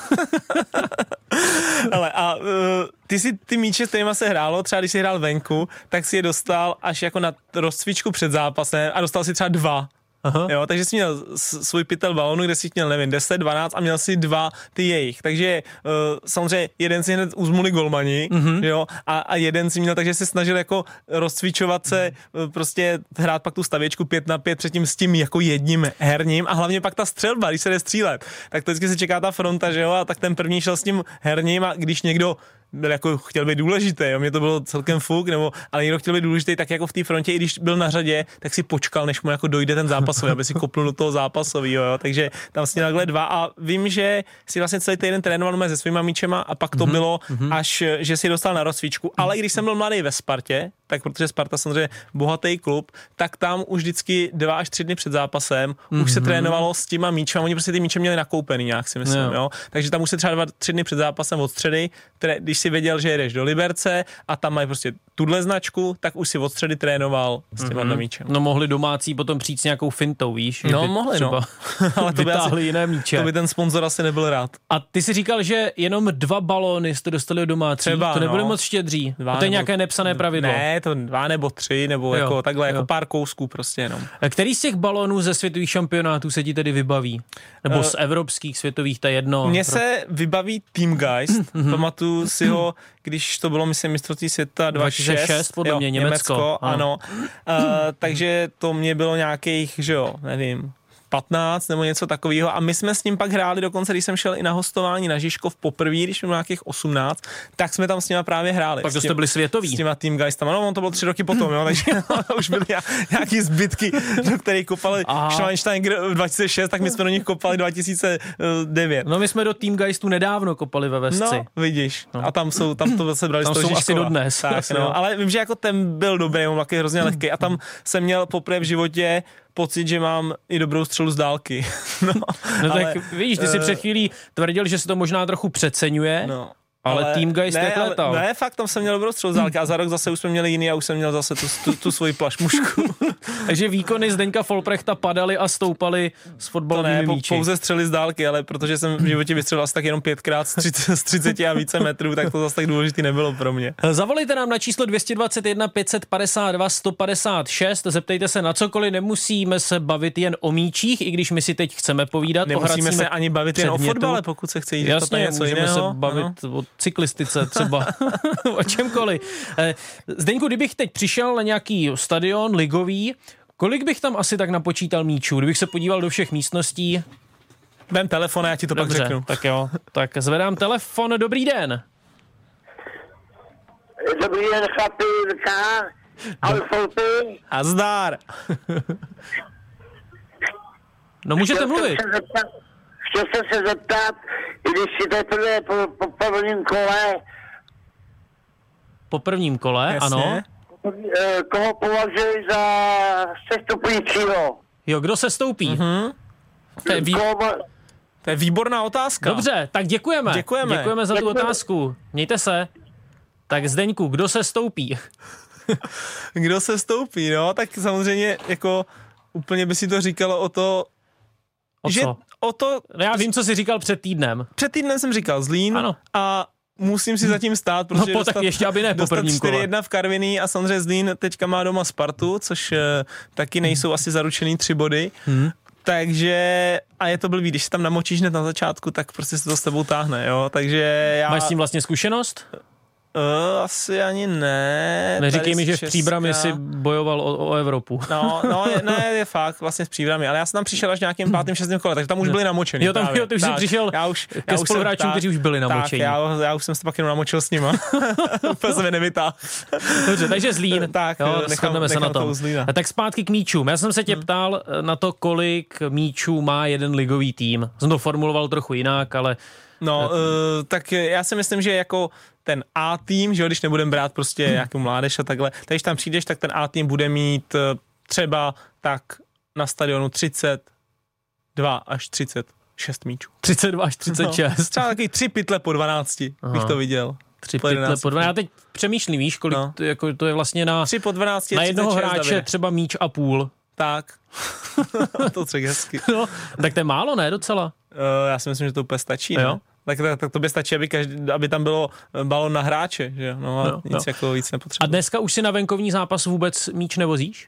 B: Ale a uh, ty si ty míče, s kterýma se hrálo, třeba když jsi hrál venku, tak si je dostal až jako na rozcvičku před zápasem a dostal si třeba dva. Aha. Jo, takže jsi měl svůj pytel balonu, kde jsi měl, nevím, deset, dvanáct a měl si dva ty jejich. Takže uh, samozřejmě jeden si hned uzmuli golmani, mm-hmm. jo, a, a jeden si měl, takže se snažil jako rozcvičovat se, uh, prostě hrát pak tu stavěčku pět na pět předtím s tím jako jedním herním a hlavně pak ta střelba, když se jde střílet, tak to vždycky se čeká ta fronta, že jo, a tak ten první šel s tím herním a když někdo byl jako chtěl být důležitý, jo, mě to bylo celkem fuk, nebo, ale někdo chtěl být důležitý, tak jako v té frontě, i když byl na řadě, tak si počkal, než mu jako dojde ten zápasový, aby si kopnul do toho zápasového, jo, takže tam si takhle dva a vím, že si vlastně celý týden trénoval se svýma míčema a pak to mm-hmm. bylo mm-hmm. až, že si dostal na rozcvičku, ale když jsem byl mladý ve Spartě, tak protože Sparta samozřejmě bohatý klub, tak tam už vždycky dva až tři dny před zápasem mm-hmm. už se trénovalo s těma míčema, oni prostě ty míče měli nakoupený nějak, si myslím, jo. jo, takže tam už se třeba dva, tři dny před zápasem od středy, které, když si věděl, že jedeš do Liberce a tam mají prostě tuhle značku, tak už si od středy trénoval s těma mm-hmm. míčem.
A: No mohli domácí potom přijít s nějakou fintou, víš?
B: No mohli, třeba no. Ale to by, asi,
A: jiné míče.
B: To by ten sponzor asi nebyl rád.
A: A ty si říkal, že jenom dva balóny jste dostali od domácí. Třeba, to nebude no. moc štědří. Dva to je nebo, nějaké nepsané pravidlo.
B: Ne, to dva nebo tři, nebo jo, jako takhle, jo. jako pár kousků prostě jenom.
A: Který z těch balónů ze světových šampionátů se ti tedy vybaví? Nebo uh, z evropských světových, to je jedno?
B: Mně pro... se vybaví Teamgeist. Pamatuju si ho, když to bylo, myslím, mistrovství světa dva tisíce šest,
A: podle mě,
B: jo,
A: Německo.
B: Německo ano. ano. Uh, takže to mě bylo nějakých, že jo, nevím, patnáct nebo něco takového a my jsme s ním pak hráli dokonce, když jsem šel i na hostování na Žižkov poprvé, když měl nějakých osmnáct, tak jsme tam s nima právě hráli.
A: Pak to jste byli světoví.
B: S těma Teamgeistama, no on to bylo tři roky potom, jo, takže už byly nějaký zbytky, do kterých kopali Schweinsteiger v dva tisíce šest, tak my jsme do nich kopali dva tisíce devět.
A: No my jsme do Teamgeistu nedávno kopali ve Vesci.
B: No, vidíš. No. A tam jsou, tam to se brali
A: tam
B: z toho
A: jsou
B: Žižkova.
A: asi dodnes.
B: Tak,
A: asi,
B: no.
A: no.
B: Ale vím, že jako ten byl dobrý, on taky hrozně lehký a tam jsem měl poprvé v životě pocit, že mám i dobrou střelu z dálky. no,
A: no
B: ale,
A: tak vidíš, ty uh, si před chvílí tvrdil, že se to možná trochu přeceňuje. No. Ale, ale Teamgeist
B: ne,
A: jak letal.
B: Ne, fakt, tam jsem měl dobrou střelu z dálky a za rok zase už jsme měli jiný a už jsem měl zase tu, tu, tu svoji plašmušku.
A: Takže výkony Zdeňka Folprechta padaly a stoupaly s fotbalovými
B: ne,
A: míči.
B: Pouze střely z dálky, ale protože jsem v životě vystřelil asi tak jenom pětkrát z třiceti a více metrů, tak to zase tak důležitý nebylo pro mě.
A: Zavolejte nám na číslo dvě stě dvacet jedna pět set padesát dva sto padesát šest, zeptejte se na cokoliv, nemusíme se bavit jen o míčích, i když my si teď chceme povídat.
B: Nemusíme se ani bavit
A: předmětu.
B: jen o fotbale, pokud se chce jít
A: Jasně,
B: něco
A: můžeme
B: jiného.
A: se bavit no. o cyklistice třeba, o čemkoliv. Zdeňku, kdybych teď přišel na nějaký stadion ligový, kolik bych tam asi tak napočítal míčů, kdybych se podíval do všech místností?
B: Vem telefon a já ti to
A: Dobře,
B: pak řeknu.
A: tak jo, tak zvedám telefon, dobrý den.
G: Dobrý den, chlapíka.
E: Ahoj, Fouty.
B: A zdar.
A: No můžete
E: Chtěl
A: mluvit.
E: jsem se zeptat, chtěl jsem se zeptat, i když si teprve po, po prvním kole,
A: Po prvním kole,
B: Jasně.
A: ano.
E: eh, koho považuji za sestupujícího?
A: Jo, kdo se stoupí?
B: Mhm. To je, vý,
E: Koho,
B: to je výborná otázka.
A: Dobře, tak děkujeme.
B: Děkujeme.
A: Děkujeme za tu
E: Děkujeme.
A: otázku. Mějte se. Tak Zdeňku, kdo se stoupí?
B: Kdo se stoupí, no, tak samozřejmě jako úplně by si to říkalo o to,
A: O
B: že
A: co?
B: o to,
A: No já vím, co jsi říkal před týdnem.
B: před týdnem jsem říkal Zlín
A: Ano.
B: a musím si zatím stát,
A: No
B: protože
A: po, tak ještě, aby ne po
B: dostat
A: prvním
B: čtyři
A: kole.
B: jedna v Karviní a samozřejmě Zlín teďka má doma Spartu, což uh, taky nejsou asi zaručený tři body.
A: Hmm.
B: Takže, a je to blbý, když se tam namočíš hned na začátku, tak prostě se to s tebou táhne, jo, takže já...
A: Máš s tím vlastně zkušenost?
B: Uh, asi ani ne.
A: Neříkej
B: Tady
A: mi,
B: z
A: že v
B: Česka.
A: Příbrami si bojoval o, o Evropu.
B: No, no, je, ne, je fakt, vlastně s Příbrami, ale já jsem tam přišel až v nějakým pátým, šestým kole, takže tam už byli namočený.
A: Jo, tam-
B: právě.
A: jo, ty už jsi
B: Tak,
A: přišel
B: já už,
A: ke
B: já už jsem-
A: spoluhráčům,
B: tak,
A: kteří už byli namočení.
B: Tak, já, já už jsem se pak jenom namočil s nima. Úplně se mi nevytáhl.
A: Dobře, takže Zlín.
B: Tak,
A: jo,
B: nechám-
A: shodneme se
B: nechám
A: na tom.
B: to u Zlína.
A: A tak zpátky k míčům. Já jsem se tě ptal na to, kolik míčů má jeden ligový tým. Jsem to formuloval trochu jinak, ale
B: No, uh, tak já si myslím, že jako ten A tým, že jo, když nebudeme brát prostě
A: Hmm.
B: nějakou mládež a takhle, tak když tam přijdeš, tak ten A tým bude mít uh, třeba tak na stadionu třicet dva až třicet šest míčů.
A: třicet dva až třicet šest.
B: No, třeba takový tři pytle po dvanácti
A: Aha.
B: bych to viděl.
A: Tři
B: po
A: pytle
B: jedenácti.
A: po dva. Já teď přemýšlím, víš, kolik
B: No.
A: to, jako, to je vlastně na,
B: tři po dvanácti
A: na jednoho
B: třicet šest,
A: hráče
B: Davide.
A: třeba míč a půl.
B: Tak. To tři hezky.
A: No, tak to je málo, ne? Docela.
B: Uh, já si myslím, že to úplně stačí.
A: Jo.
B: No. Tak, tak, tak to by stačí, aby, každý, aby tam bylo balon na hráče. Že? No a
A: Jo,
B: nic
A: jo.
B: jako víc
A: A
B: nepotřebuje.
A: dneska už si na venkovní zápas vůbec míč nevozíš?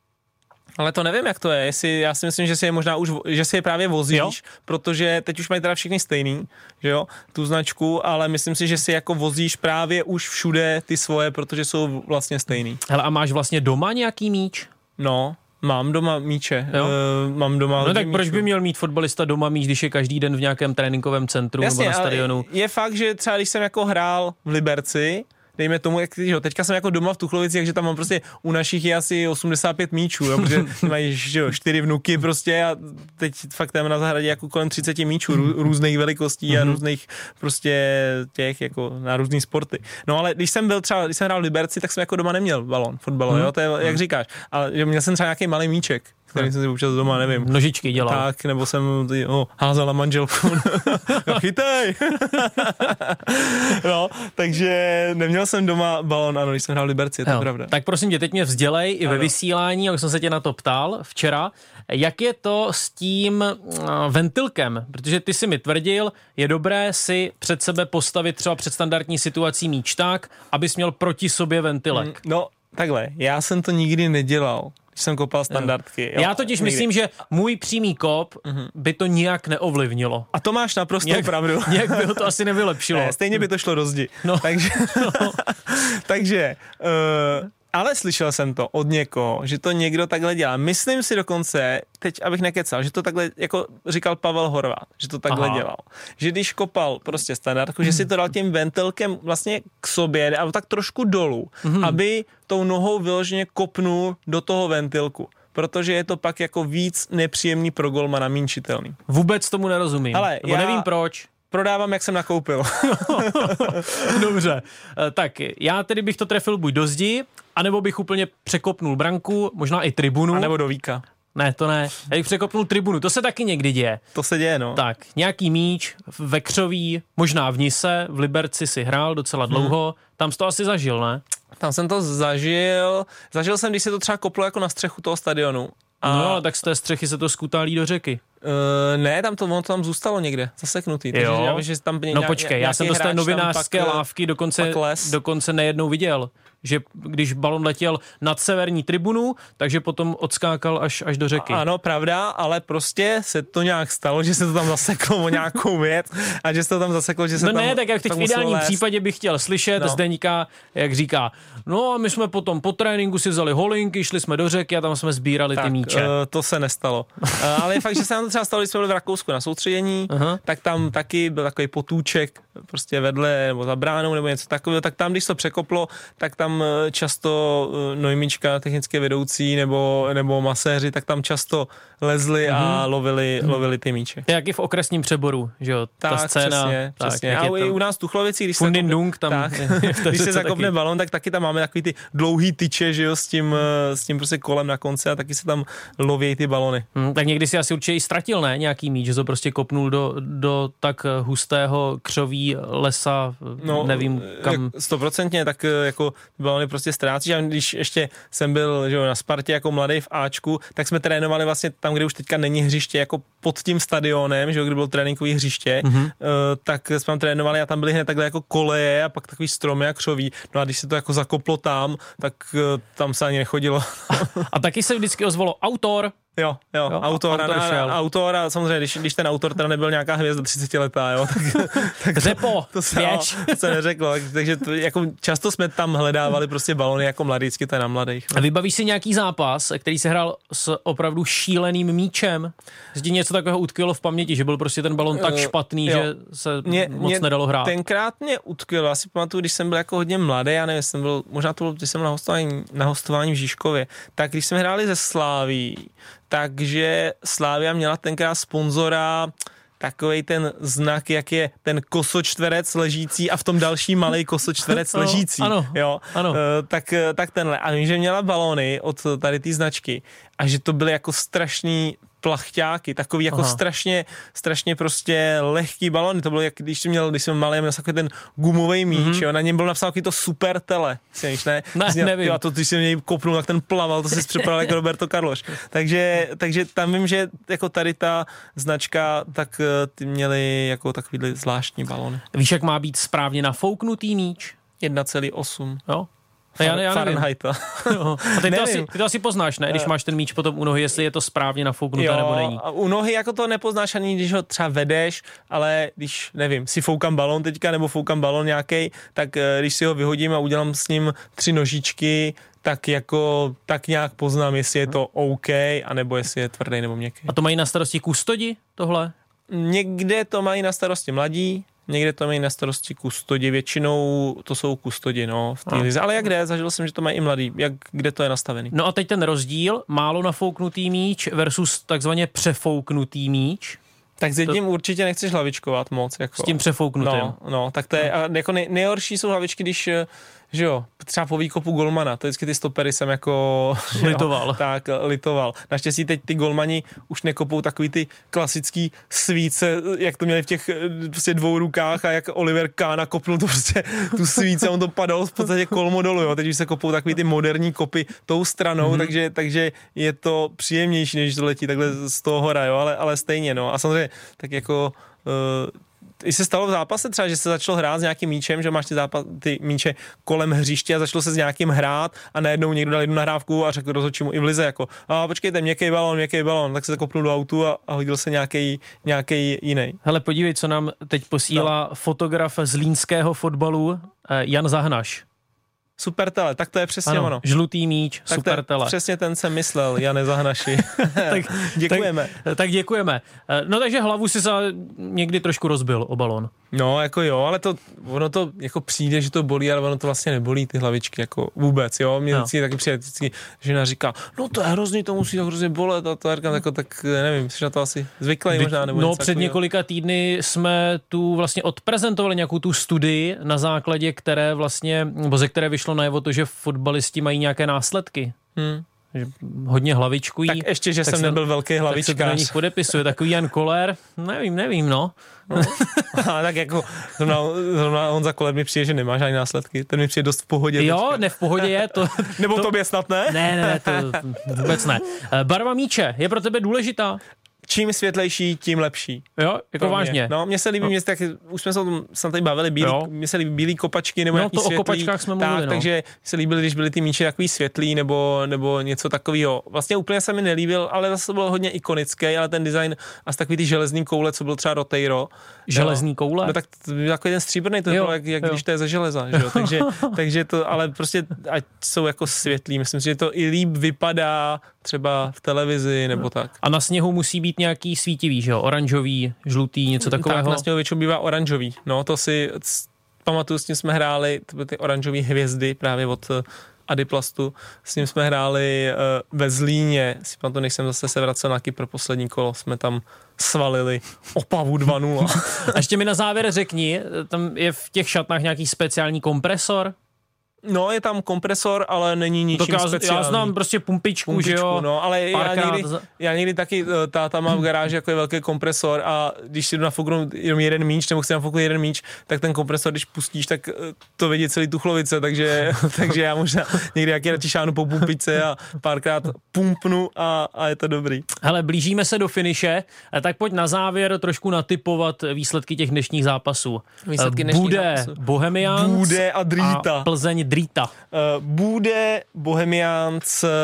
B: Ale to nevím, jak to je. Jestli, já si myslím, že si je možná už, že si je právě vozíš,
A: Jo.
B: protože teď už mají teda všichni stejný, že jo, tu značku, ale myslím si, že si jako vozíš právě už všude ty svoje, protože jsou vlastně stejný.
A: Hele, a máš vlastně doma nějaký míč?
B: No, mám doma míče.
A: Jo.
B: Uh, mám doma
A: No
B: hodně
A: tak proč
B: míčů.
A: by měl mít fotbalista doma míč, když je každý den v nějakém tréninkovém centru
B: Jasně,
A: nebo na stadionu?
B: ale je fakt, že třeba když jsem jako hrál v Liberci, dejme tomu, jak, že jo, teďka jsem jako doma v Tuchlovicích, takže tam mám prostě u našich je asi osmdesát pět míčů, jo, protože mají že jo, čtyři vnuky prostě a teď fakt tam na zahradě jako kolem třicet míčů rů, různých velikostí a různých prostě těch jako na různý sporty. No ale když jsem byl třeba, když jsem hrál v Liberci, tak jsem jako doma neměl balon fotbalový, jo, to je, jak říkáš, ale že měl jsem třeba nějaký malý míček, který jsem si občas doma, nevím.
A: Nožičky dělal.
B: Tak, nebo jsem oh, házela manželku. No, chytej! No, takže neměl jsem doma balon, ano, když jsem hrál v Liberci, je to
A: Jo.
B: pravda.
A: Tak prosím tě, teď mě vzdělej i ve
B: Ano.
A: vysílání, jak jsem se tě na to ptal včera, jak je to s tím uh, ventilkem, protože ty si mi tvrdil, je dobré si před sebe postavit třeba před standardní situací míč tak, abys měl proti sobě ventilek.
B: No, takhle, já jsem to nikdy nedělal, když jsem kopal standardky. Jo,
A: Já totiž
B: nikdy.
A: myslím, že můj přímý kop by to nijak neovlivnilo.
B: A to máš naprosto
A: Nějak,
B: pravdu.
A: nějak by ho to asi nevylepšilo.
B: Ne, stejně by to šlo do zdi.
A: No.
B: Takže, takže uh, ale slyšel jsem to od někoho, že to někdo takhle dělá. Myslím si dokonce, teď abych nekecal, že to takhle, jako říkal Pavel Horvát, že to takhle
A: Aha.
B: dělal. Že když kopal prostě standardku, že si to dal tím ventilkem vlastně k sobě, ale tak trošku dolů,
A: Mhm.
B: aby tou nohou vyloženě kopnul do toho ventilku. Protože je to pak jako víc nepříjemný pro golmana, mínčitelný.
A: Vůbec tomu nerozumím.
B: Ale
A: Nebo
B: já-
A: nevím proč.
B: Prodávám, jak jsem nakoupil.
A: Dobře, Eh, tak já tedy bych to trefil buď do zdi, anebo bych úplně překopnul branku, možná i tribunu.
B: A nebo do víka.
A: Ne, to ne. Já bych překopnul tribunu, to se taky někdy děje.
B: To se děje, no.
A: Tak, nějaký míč ve Křoví, možná v Nise, v Liberci si hrál docela dlouho, tam jsi to asi zažil, ne?
B: Tam jsem to zažil. Zažil jsem, když se to třeba koplo jako na střechu toho stadionu. A
A: No, ale tak z té střechy se to skutálí do řeky.
B: Uh, ne, tam to, ono to tam zůstalo někde, zaseknutý. Takže
A: Jo.
B: já vím, že tam
A: No počkej, já jsem to z té novinářské lávky dokonce,
B: les.
A: dokonce nejednou viděl, že když balon letěl nad severní tribunu, takže potom odskákal až, až do řeky.
B: Ano, pravda, ale prostě se to nějak stalo, že se to tam zaseklo o nějakou věc a že se to tam zaseklo, že se
A: No
B: tam...
A: ne, tak jak teď v
B: muselo
A: ideálním
B: lézt.
A: případě bych chtěl slyšet
B: No.
A: Zdeňka, jak říká, no a my jsme potom po tréninku si vzali holinky, šli jsme do řeky a tam jsme sbírali ty
B: Tak,
A: míče.
B: uh, to se nestalo. Uh, ale je fakt, že se nám to třeba stalo, když jsme byli v Rakousku na soustředění,
A: Aha.
B: tak tam taky byl takový potůček prostě vedle nebo za bránou nebo něco takového, tak tam, když to překoplo, tak tam často Nojmička, technické vedoucí nebo, nebo maséři, tak tam často lezli mm-hmm. a lovili, mm-hmm. lovili ty míče.
A: Jak i v okresním Přeboru, že jo, ta
B: tak,
A: scéna.
B: Přesně,
A: tak,
B: přesně. A i u nás v Tuchlovici, když se
A: Dung, tam
B: tak, když se zakopne taky. balon, tak taky tam máme takový ty dlouhý tyče, že jo, s tím, s tím prostě kolem na konci a taky se tam lovějí ty balony.
A: Hmm, tak někdy si asi určitě i ztratil, ne, nějaký míč, že to prostě kopnul do, do tak hustého křoví lesa, no, nevím kam.
B: Stoprocentně, tak jako balony prostě ztrácíš. A když ještě jsem byl, že jo, na Spartě jako mladý v Ačku, tak jsme trénovali vlastně tam, kde už teďka není hřiště, jako pod tím stadionem, že jo, kde bylo tréninkový hřiště, mm-hmm. uh, tak jsme tam trénovali a tam byly hned takhle jako koleje a pak takový stromy a křoví. No a když se to jako zakoplo tam, tak uh, tam se ani nechodilo.
A: A taky se vždycky ozvalo autor.
B: Jo, jo, jo autor, autor, a, a, autor a samozřejmě, když, když ten autor teda nebyl nějaká hvězda třicetiletá, jo, tak, tak to,
A: Řepo,
B: to, se, jo, to se neřeklo, takže to, jako často jsme tam hledávali prostě balony jako mladícky, to je na mladých. No.
A: A vybavíš si nějaký zápas, který se hrál s opravdu šíleným míčem? Zdi něco takového utkvělo v paměti, že byl prostě ten balon tak špatný, jo. že se mě, moc mě nedalo hrát?
B: Tenkrát mě utkvělo, já si pamatuju, když jsem byl jako hodně mladý, já nevím, jsem byl, možná to bylo, když jsem byl na hostování, na hostování v Žižkově, tak když jsme hráli ze Sláví, takže Slavia měla tenkrát sponzora takovej ten znak, jak je ten kosočtverec ležící a v tom další malej kosočtverec no, ležící.
A: Ano,
B: jo?
A: ano.
B: Uh, tak, tak tenhle. A vím, že měla balony od tady té značky a že to byly jako strašný plachťáky, takový jako Aha. strašně, strašně prostě lehký balony. To bylo, jak když jsem měl, když jsem malý, měl takový ten gumový míč, mm-hmm. jo, na něm byl napsal takový to super tele. Víš, ne?
A: Ne,
B: Měl,
A: nevím.
B: A to, když jsem něj kopnul, tak ten plaval, to si připadal jako Roberto Carlos. Takže, takže tam vím, že jako tady ta značka, tak ty měli jako takovýhle zvláštní balony.
A: Víš, jak má být správně nafouknutý míč?
B: jedna celá osm.
A: Jo? Já, já
B: Fahrenheita.
A: No. A ty to, asi, ty to asi poznáš, ne? Když máš ten míč potom u nohy, jestli je to správně nafouknuté nebo není.
B: A u nohy jako to nepoznáš ani, když ho třeba vedeš, ale když, nevím, si foukám balón teďka nebo foukám balón nějaký, tak když si ho vyhodím a udělám s ním tři nožičky, tak jako tak nějak poznám, jestli je to OK, anebo jestli je tvrdý nebo měkký.
A: A to mají na starosti kustodi tohle?
B: Někde to mají na starosti mladí, někde to mají na starosti kustodi, většinou to jsou kustodi, no, v té lize. Ale jak kde, zažil jsem, že to mají i mladí, jak, kde to je nastavený.
A: No a teď ten rozdíl, málo nafouknutý míč versus takzvaně přefouknutý míč.
B: Tak s jedním to... určitě nechceš hlavičkovat moc. Jako.
A: S tím přefouknutým.
B: No, no, tak to je, a jako nej, nejhorší jsou hlavičky, když, že jo, třeba po výkopu golmana, to vždycky ty stopery jsem jako...
A: Litoval.
B: Jo, tak, litoval. Naštěstí teď ty golmani už nekopou takový ty klasický svíce, jak to měli v těch prostě dvou rukách a jak Oliver Kahn kopnul to prostě tu svíce, on to padal v podstatě kolmo dolů, jo. Teď už se kopou takový ty moderní kopy tou stranou, mm-hmm. takže, takže je to příjemnější, než to letí takhle z toho hora, jo, ale, ale stejně, no. A samozřejmě tak jako... Uh, i se stalo v zápase třeba, že se začalo hrát s nějakým míčem, že máš ty, zápas, ty míče kolem hřiště a začalo se s nějakým hrát a najednou někdo dal jednu nahrávku a řekl rozhodčímu i v lize jako a počkejte, měkký balón, měkký balón, tak se kopnul do autu a, a hodil se nějaký nějaký jiný.
A: Hele, podívej, co nám teď posílá no. fotograf z línského fotbalu Jan Zahnaš.
B: Super tele, tak to je přesně
A: ano,
B: ono.
A: Žlutý míč, tak super tele.
B: Přesně ten jsem myslel, Jane Zahnaši. tak děkujeme.
A: Tak, tak děkujeme. No takže hlavu si se někdy trošku rozbil o balón.
B: No, jako jo, ale to, ono to jako přijde, že to bolí, ale ono to vlastně nebolí, ty hlavičky, jako vůbec, jo. Mě no. vždycky taky přijde, vždycky žena říká, no to je hrozný, to musí tak hrozně bolet a to říkám, jako, tak nevím, jsi na to asi zvyklý možná, nebo
A: no, před takový, několika týdny jsme tu vlastně odprezentovali nějakou tu studii, na základě které vlastně, nebo ze které vyšlo najevo to, že fotbalisti mají nějaké následky. Hmm. Že hodně hlavičkují.
B: Tak ještě, že tak jsem se, nebyl velký hlavičkář. Tak se to na nich podepisuje.
A: Takový Jan Koller, nevím, nevím, no.
B: no. A tak jako zrovna, zrovna Honza Koller mi přijde, že nemá žádný následky. Ten mi přijde dost v pohodě.
A: Jo,
B: teďka.
A: Ne v pohodě je to.
B: Nebo
A: to,
B: tobě snad ne?
A: Ne, ne, to vůbec ne. Barva míče je pro tebe důležitá?
B: Čím světlejší, tím lepší.
A: Jo, jako vážně.
B: No, mně se líbí, no. mě, tak, už jsme se o tom snad tady bavili, bílý, mně se líbí bílý kopačky nebo
A: no,
B: nějaký
A: to
B: světlý.
A: O kopačkách jsme mluvili,
B: tak,
A: no.
B: Takže se líbily, když byly ty míče takový světlý nebo, nebo něco takového. Vlastně úplně se mi nelíbil, ale zase byl hodně ikonický, ale ten design a takový ty železný koule, co byl třeba Roteiro.
A: Železný koule?
B: No tak takový ten stříbrný, to bylo jak, jak když to je ze železa, že jo? Takže, takže to, ale prostě ať jsou jako světlý, myslím si, že to i líp vypadá třeba v televizi nebo tak.
A: A na sněhu musí být nějaký svítivý, že jo? Oranžový, žlutý, něco takového?
B: Tak, na sněhu většinou bývá oranžový. No, to si pamatuju, s tím jsme hráli, to byly ty oranžové hvězdy právě od Adiplastu, s ním jsme hráli uh, ve Zlíně, si pamatuju, než jsem zase se vracel na Kypr poslední kolo, jsme tam svalili Opavu dva nula.
A: A ještě mi na závěr řekni, tam je v těch šatnách nějaký speciální kompresor?
B: No, je tam kompresor, ale není ničím
A: já,
B: speciální.
A: Já znám prostě pumpičku,
B: pumpičku
A: že jo?
B: No, ale já někdy,
A: za...
B: já někdy taky, táta má v garáži jako je velký kompresor a když si jdu nafouknout jenom jeden míč, nebo chci nafouknout jeden míč, tak ten kompresor, když pustíš, tak to vidí celý Tuchlovice, takže, takže já možná někdy jaký radši šáhnu po pumpice a párkrát pumpnu a, a je to dobrý.
A: Hele, blížíme se do finiše, tak pojď na závěr trošku natipovat výsledky těch dnešních zápasů.
B: Výsledky dnešních
A: Bude
B: zápasů.
A: Bohemians
B: Bude a Drita.
A: A Plzeň Drita.
B: Uh, bude Bohemians uh,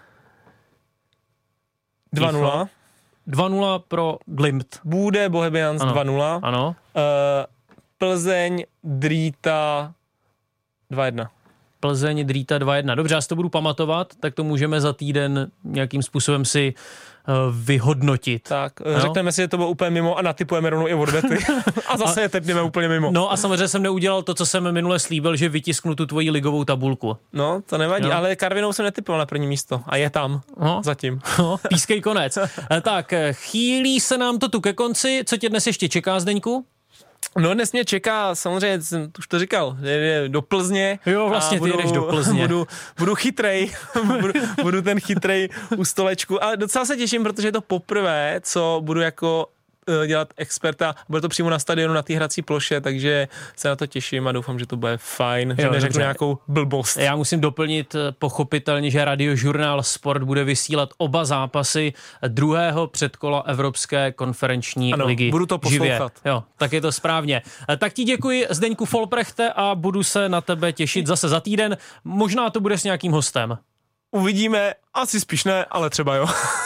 B: dva nula.
A: dva nula pro Glimt.
B: Bude Bohemians
A: ano.
B: dva nula.
A: Ano.
B: Uh, Plzeň Drita dva jedna.
A: Plzeň Drita dva jedna. Dobře, já si to budu pamatovat, tak to můžeme za týden nějakým způsobem si uh, vyhodnotit.
B: Tak, no? Řekneme si, že to bylo úplně mimo a natipujeme rovnou i odvety. A zase a, je tepneme úplně mimo.
A: No a samozřejmě jsem neudělal to, co jsem minule slíbil, že vytisknu tu tvoji ligovou tabulku.
B: No, to nevadí, no. Ale Karvinou jsem netipoval na první místo a je tam no. Zatím.
A: No, pískej konec. Tak, chýlí se nám to tu ke konci. Co tě dnes ještě čeká, Zdeňku?
B: No dnes mě čeká, samozřejmě jsem už to říkal, jde do Plzně.
A: Jo, vlastně
B: budu,
A: ty jdeš do Plzně.
B: Budu, budu chytrej, budu, budu ten chytrej u stolečku, ale docela se těším, protože je to poprvé, co budu jako dělat experta, bude to přímo na stadionu, na té hrací ploše, takže se na to těším a doufám, že to bude fajn, že neřeknu dobře. Nějakou blbost.
A: Já musím doplnit pochopitelně, že Radiožurnál Sport bude vysílat oba zápasy druhého předkola Evropské konferenční
B: ano,
A: ligy.
B: Budu to poslouchat.
A: Živě. Jo, tak je to správně. Tak ti děkuji, Zdeňku Folprechte, a budu se na tebe těšit zase za týden. Možná to bude s nějakým hostem.
B: Uvidíme, asi spíš ne, ale třeba jo.